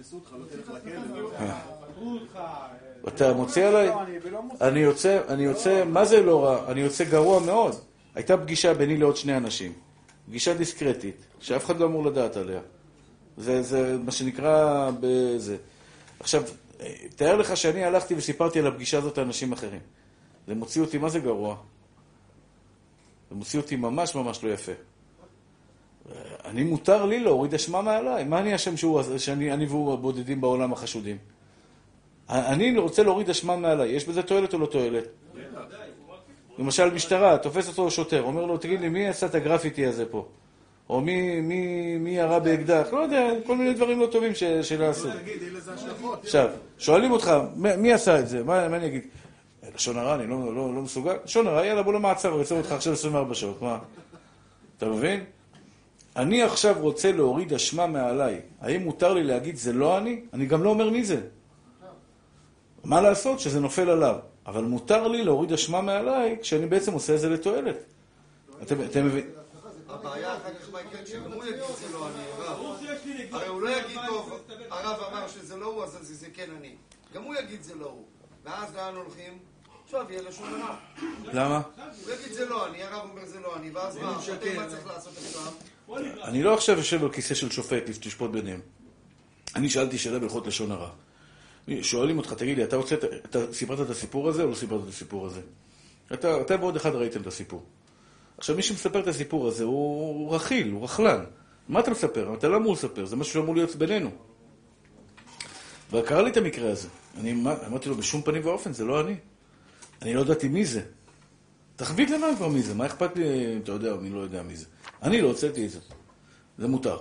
אתה מוציא עליי? אני יוצא, אני יוצא, מה זה לא רע? אני יוצא גרוע מאוד. הייתה פגישה ביני לעוד שני אנשים. פגישה דיסקרטית, שאף אחד לא אמור לדעת עליה. זה, זה מה שנקרא בזה. עכשיו, תאר לך שאני הלכתי וסיפרתי על הפגישה הזאת לאנשים אחרים. זה מוציא אותי, מה זה גרוע? זה מוציא אותי ממש ממש לא יפה. אני מותר לי להוריד אשמה מעליי. מה אני אשם שהוא, שאני אני והוא בודדים בעולם החשודים? אני רוצה להוריד אשמה מעליי. יש בזה תועלת או לא תועלת? למשל משטרה, תופס אותו שוטר, אומר לו, תגיד לי, מי עשה את הגרפיטי הזה פה? או מי, מי, מי ירה באקדח? לא יודע, כל מיני דברים לא טובים שלעשו. עכשיו, שואלים אותך, מי עשה את זה? מה, מה אני אגיד? לשון הרע, אני לא, לא, לא מסוגל. לשון הרע, יאללה, בוא למעצר, הוא יוצא אותך עכשיו עשרים וארבע שעות. מה? אתה מבין? אני עכשיו רוצה להוריד אשמה מעליי. האם מותר לי להגיד זה לא אני? אני גם לא אומר מי זה. מה לעשות? שזה נופל עליו. אבל מותר לי להוריד אשמה מעליי כשאני בעצם עושה את זה לתועלת. אתם מבינים? הבעיה אחר כך מה יקרה כשגם הוא יגיד זה לא אני, הרב. הרי הוא לא יגיד טוב, הרב אמר שזה לא הוא, אז זה כן אני. גם הוא יגיד זה לא הוא. ואז לאן הולכים? עכשיו יהיה לשון הרע. למה? הוא יגיד זה לא אני, הרב אומר זה לא אני, ואז מה? מה צריך לעשות עכשיו? אני לא עכשיו יושב על כיסא של שופט לשפוט ביניהם. אני שאלתי שאלה בהלכות לשון הרע. שואלים אותך, תגיד לי, אתה, רוצה, אתה סיפרת את הסיפור הזה או לא סיפרת את הסיפור הזה? אתה, אתה ועוד אחד ראיתם את הסיפור. עכשיו, מי שמספר את הסיפור הזה הוא, הוא רכיל, הוא רכלן. מה אתה מספר? אתה לא אמור לספר, זה משהו שאמור להיות בינינו. וקרא לי את המקרה הזה. אני אמרתי לו, בשום פנים ואופן, זה לא אני. אני לא ידעתי מי זה. תחביב למה כבר מי זה, מה אכפת לי, אתה יודע, אני לא יודע מי זה. אני לא הוצאתי את זה. זה מותר.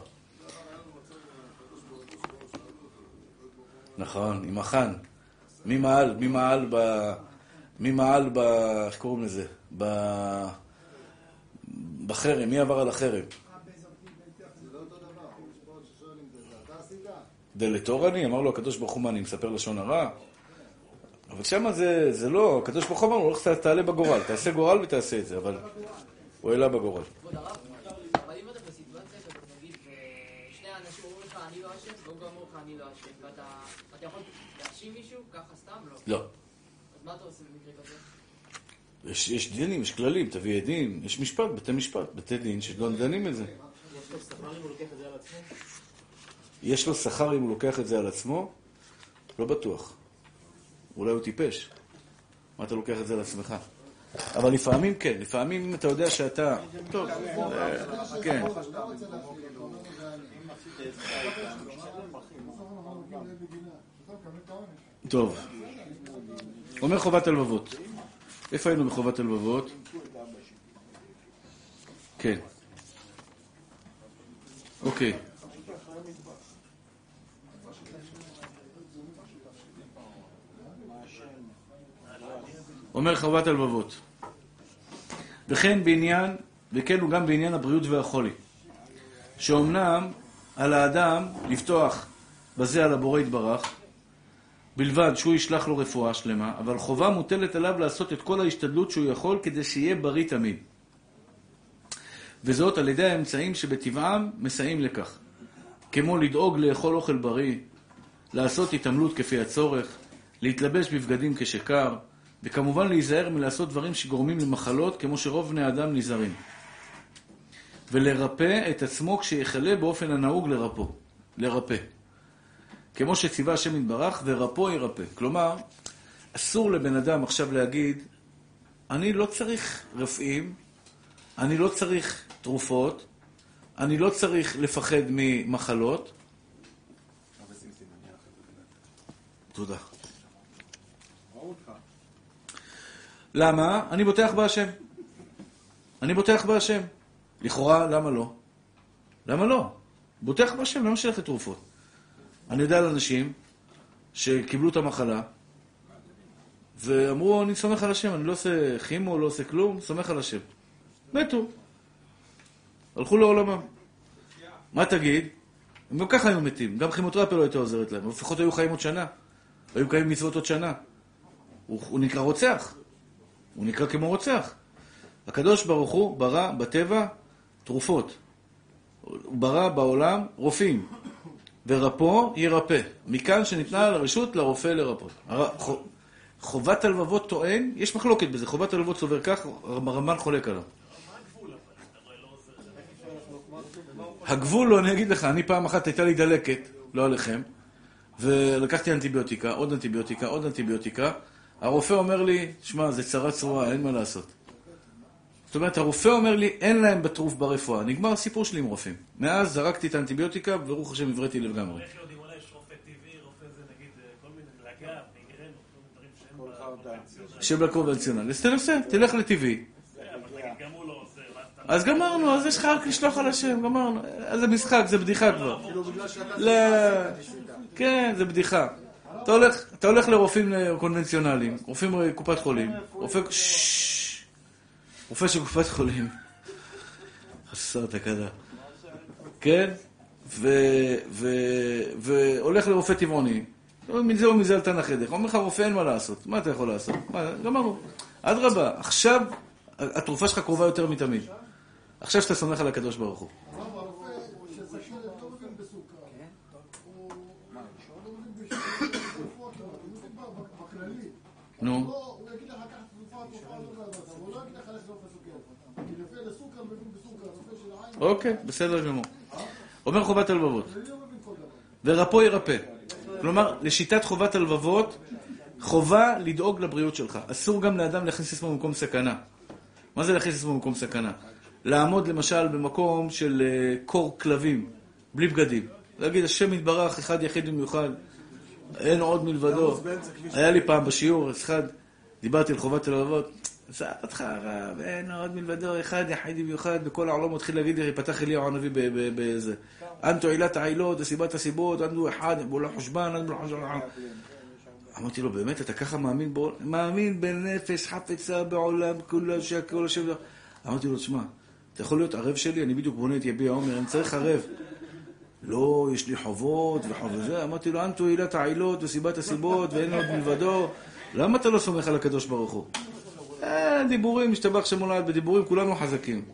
נכון, עם החן. מי מעל, מי מעל ב... מי מעל ב... איך קוראים לזה? ב... בחרם, מי עבר על החרם? דלתור אני, אמר לו הקדוש ברוך הוא מה, אני מספר לשון הרע? אבל שמה זה, זה לא, הקדוש ברוך הוא אמר לו, הולך תעלה בגורל, תעשה גורל ותעשה את זה, אבל הוא העלה בגורל. כבוד הרב, אבל אם אתה בסיטואציה שאתה תגיד, שני אנשים אומרים לך אני לא אשם, והוא גם אומר לך אני לא אשם, ואתה יכול להאשים מישהו ככה סתם? לא. לא. אז מה אתה עושה במקרה כזה? יש, יש דינים, יש כללים, תביא עדים, יש משפט, בתי משפט, בתי דין שדנים את זה. יש לו שכר אם הוא לוקח את זה על עצמו? יש לו שכר אם הוא לוקח את זה על עצמו? לא בטוח. אולי הוא טיפש. מה אתה לוקח את זה על עצמך? אבל לפעמים כן, לפעמים אתה יודע שאתה... טוב, כן. טוב. אומר חובת הלבבות. איפה היינו בחובת הלבבות? כן. אוקיי. אומר חובת הלבבות. וכן בעניין, וכן הוא גם בעניין הבריאות והחולי. שאומנם על האדם לפתוח בזה על הבורא יתברך, בלבד שהוא ישלח לו רפואה שלמה, אבל חובה מוטלת עליו לעשות את כל ההשתדלות שהוא יכול כדי שיהיה בריא תמיד. וזאת על ידי האמצעים שבטבעם מסייעים לכך. כמו לדאוג לאכול אוכל בריא, לעשות התעמלות כפי הצורך, להתלבש בבגדים כשקר, וכמובן להיזהר מלעשות דברים שגורמים למחלות כמו שרוב בני אדם נזהרים. ולרפא את עצמו כשיחלה באופן הנהוג לרפוא. לרפא. כמו שציווה השם יתברך, ורפוא ירפא. כלומר, אסור לבן אדם עכשיו להגיד, אני לא צריך רפאים, אני לא צריך תרופות, אני לא צריך לפחד ממחלות. תודה. למה? אני בוטח בהשם. אני בוטח בהשם. לכאורה, למה לא? למה לא? בוטח בהשם, למה שלך תרופות? אני יודע על אנשים שקיבלו את המחלה, ואמרו, אני סומך על השם, אני לא עושה כימו, לא עושה כלום, סומך על השם. מתו. הלכו לעולמם. מה תגיד? הם גם ככה היו מתים, גם כימותרפיה לא הייתה עוזרת להם, לפחות היו חיים עוד שנה, היו קיים מצוות עוד שנה. הוא, הוא נקרא רוצח, הוא נקרא כמו רוצח. הקדוש ברוך הוא ברא בטבע תרופות, הוא ברא בעולם רופאים, ורפוא ירפא. מכאן שניתנה לרשות לרופא לרפוא. חובת הלבבות טוען, יש מחלוקת בזה, חובת הלבבות סובר כך, הרמב"ן חולק עליו. הגבול לא, אני אגיד לך, אני פעם אחת הייתה לי דלקת, לא עליכם, ולקחתי אנטיביוטיקה, עוד אנטיביוטיקה, עוד אנטיביוטיקה. הרופא אומר לי, שמע, זה צרה צרורה, אין מה לעשות. זאת אומרת, הרופא אומר לי, אין להם בטרוף ברפואה. נגמר הסיפור שלי עם רופאים. מאז זרקתי את האנטיביוטיקה, וברוך השם הבראתי לגמרי. איך יודעים, אולי יש רופא טבעי, רופא זה נגיד כל מיני מלגה, מיגרן, כל מיני דברים שאין שבקונבנציונל. אז תנסה, תלך לטבעי. גם הוא לא עושה. אז גמרנו, אז יש לך רק לשלוח על השם, גמרנו. אז זה משחק, זה בדיחה כבר. לא, כן, זה בדיחה. אתה הולך, אתה הולך לרופאים קונבנציונליים, רופאים קופת חולים, רופא, רופא של קופת חולים. חסר תקדה. כן? והולך לרופא טבעוני. מזה ומזה אל תנח ידך. אומר לך, רופא אין מה לעשות. מה אתה יכול לעשות? גמרנו. עד רבה, עכשיו התרופה שלך קרובה יותר מתמיד. עכשיו שאתה סומך על הקדוש ברוך הוא. נו. הוא יגיד לך לקחת תרופה, תרופה לא לבד, אבל הוא לא יגיד לך ללכת לאופן סוכר. כי לפי לסוכר מבין בסוכר, לפי של העין... אוקיי, בסדר גמור. אומר חובת הלבבות. ורפוא ירפא. כלומר, לשיטת חובת הלבבות, חובה לדאוג לבריאות שלך. אסור גם לאדם להכניס עצמו במקום סכנה. מה זה להכניס עצמו במקום סכנה? לעמוד למשל במקום של קור כלבים, בלי בגדים. להגיד, השם יתברך, אחד יחיד במיוחד. אין עוד מלבדו. היה לי פעם בשיעור, אחד, דיברתי על חובת הלבבות, זעת אותך הרב, אין עוד מלבדו, אחד יחיד במיוחד, בכל העולם מתחיל להגיד, פתח אליהו הנביא בזה. אנתו עילת העילות, וסיבת הסיבות, אנתו אחד, בולה חושבן, אנתו חושבן. אמרתי לו, באמת, אתה ככה מאמין בעולם? מאמין בנפש, חפצה בעולם, כולה שהכל השם. אמרתי לו, תשמע, אתה יכול להיות ערב שלי, אני בדיוק בונה את יביע עומר, אני צריך ערב. לא, יש לי חובות וחוב וזה. אמרתי לו, אנתו עילת העילות וסיבת הסיבות ואין עוד מלבדו. למה אתה לא סומך על הקדוש ברוך הוא? אה, דיבורים, משתבח שמולד, בדיבורים כולנו חזקים.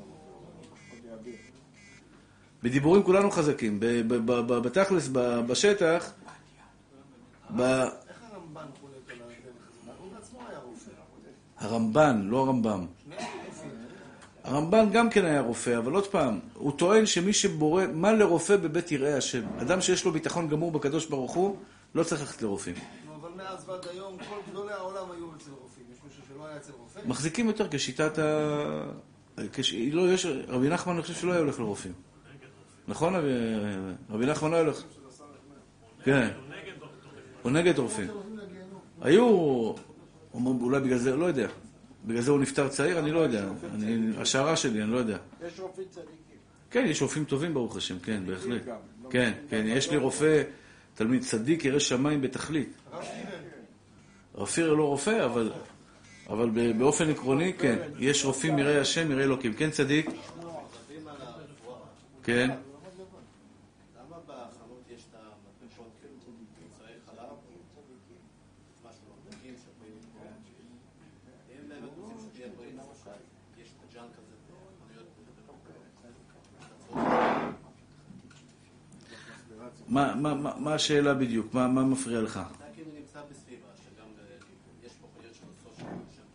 בדיבורים כולנו חזקים. בתכלס, בשטח, ב... איך הרמב"ן חולק על זה? הוא בעצמו היה רופא. הרמב"ן, לא הרמב"ם. הרמב"ן גם כן היה רופא, אבל עוד פעם, הוא טוען שמי שבורא, מה לרופא בבית יראי השם? אדם שיש לו ביטחון גמור בקדוש ברוך הוא, לא צריך ללכת לרופאים. אבל מאז ועד היום, כל גדולי העולם היו אצל רופאים. יש מישהו שלא היה אצל רופא? מחזיקים יותר כשיטת ה... כש... לא, יש... רבי נחמן, אני חושב שלא היה הולך לרופאים. נכון, רבי נחמן לא הולך? כן. הוא נגד רופאים. היו, אולי בגלל זה, לא יודע. בגלל זה הוא נפטר צעיר, אני לא יודע. אני, השערה שלי, אני לא יודע. יש רופאים צדיקים. כן, יש רופאים טובים ברוך השם, כן, בהחלט. כן, כן, יש לי רופא, תלמיד צדיק, ירא שמיים בתכלית. רב פירר לא רופא, אבל, אבל באופן עקרוני, כן, יש רופאים יראי השם, יראי אלוקים. כן, צדיק? כן. למה בחנות יש את המתנות מוצרי חלב? מה, מה, מה, מה השאלה בדיוק? מה, מה מפריע לך? אתה כאילו נמצא בסביבה, שגם יש פה חיות של נושא של שם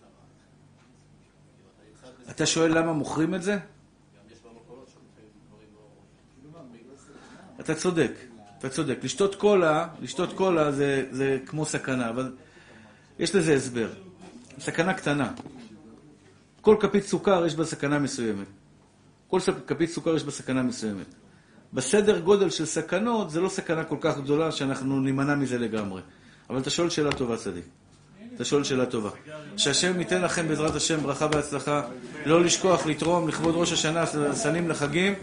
טרח. אתה שואל למה מוכרים את זה? גם יש במקורות שמוכרים דברים לא... אתה צודק, אתה צודק. לשתות קולה, לשתות קולה זה, זה כמו סכנה, אבל יש לזה הסבר. סכנה קטנה. כל כפית סוכר יש בה סכנה מסוימת. כל כפית סוכר יש בה סכנה מסוימת. בסדר גודל של סכנות, זה לא סכנה כל כך גדולה שאנחנו נימנע מזה לגמרי. אבל אתה שואל שאלה טובה, צדיק. אתה שואל שאלה טובה. שהשם ייתן לכם בעזרת השם ברכה והצלחה, לא לשכוח לתרום לכבוד ראש השנה, סנים לחגים.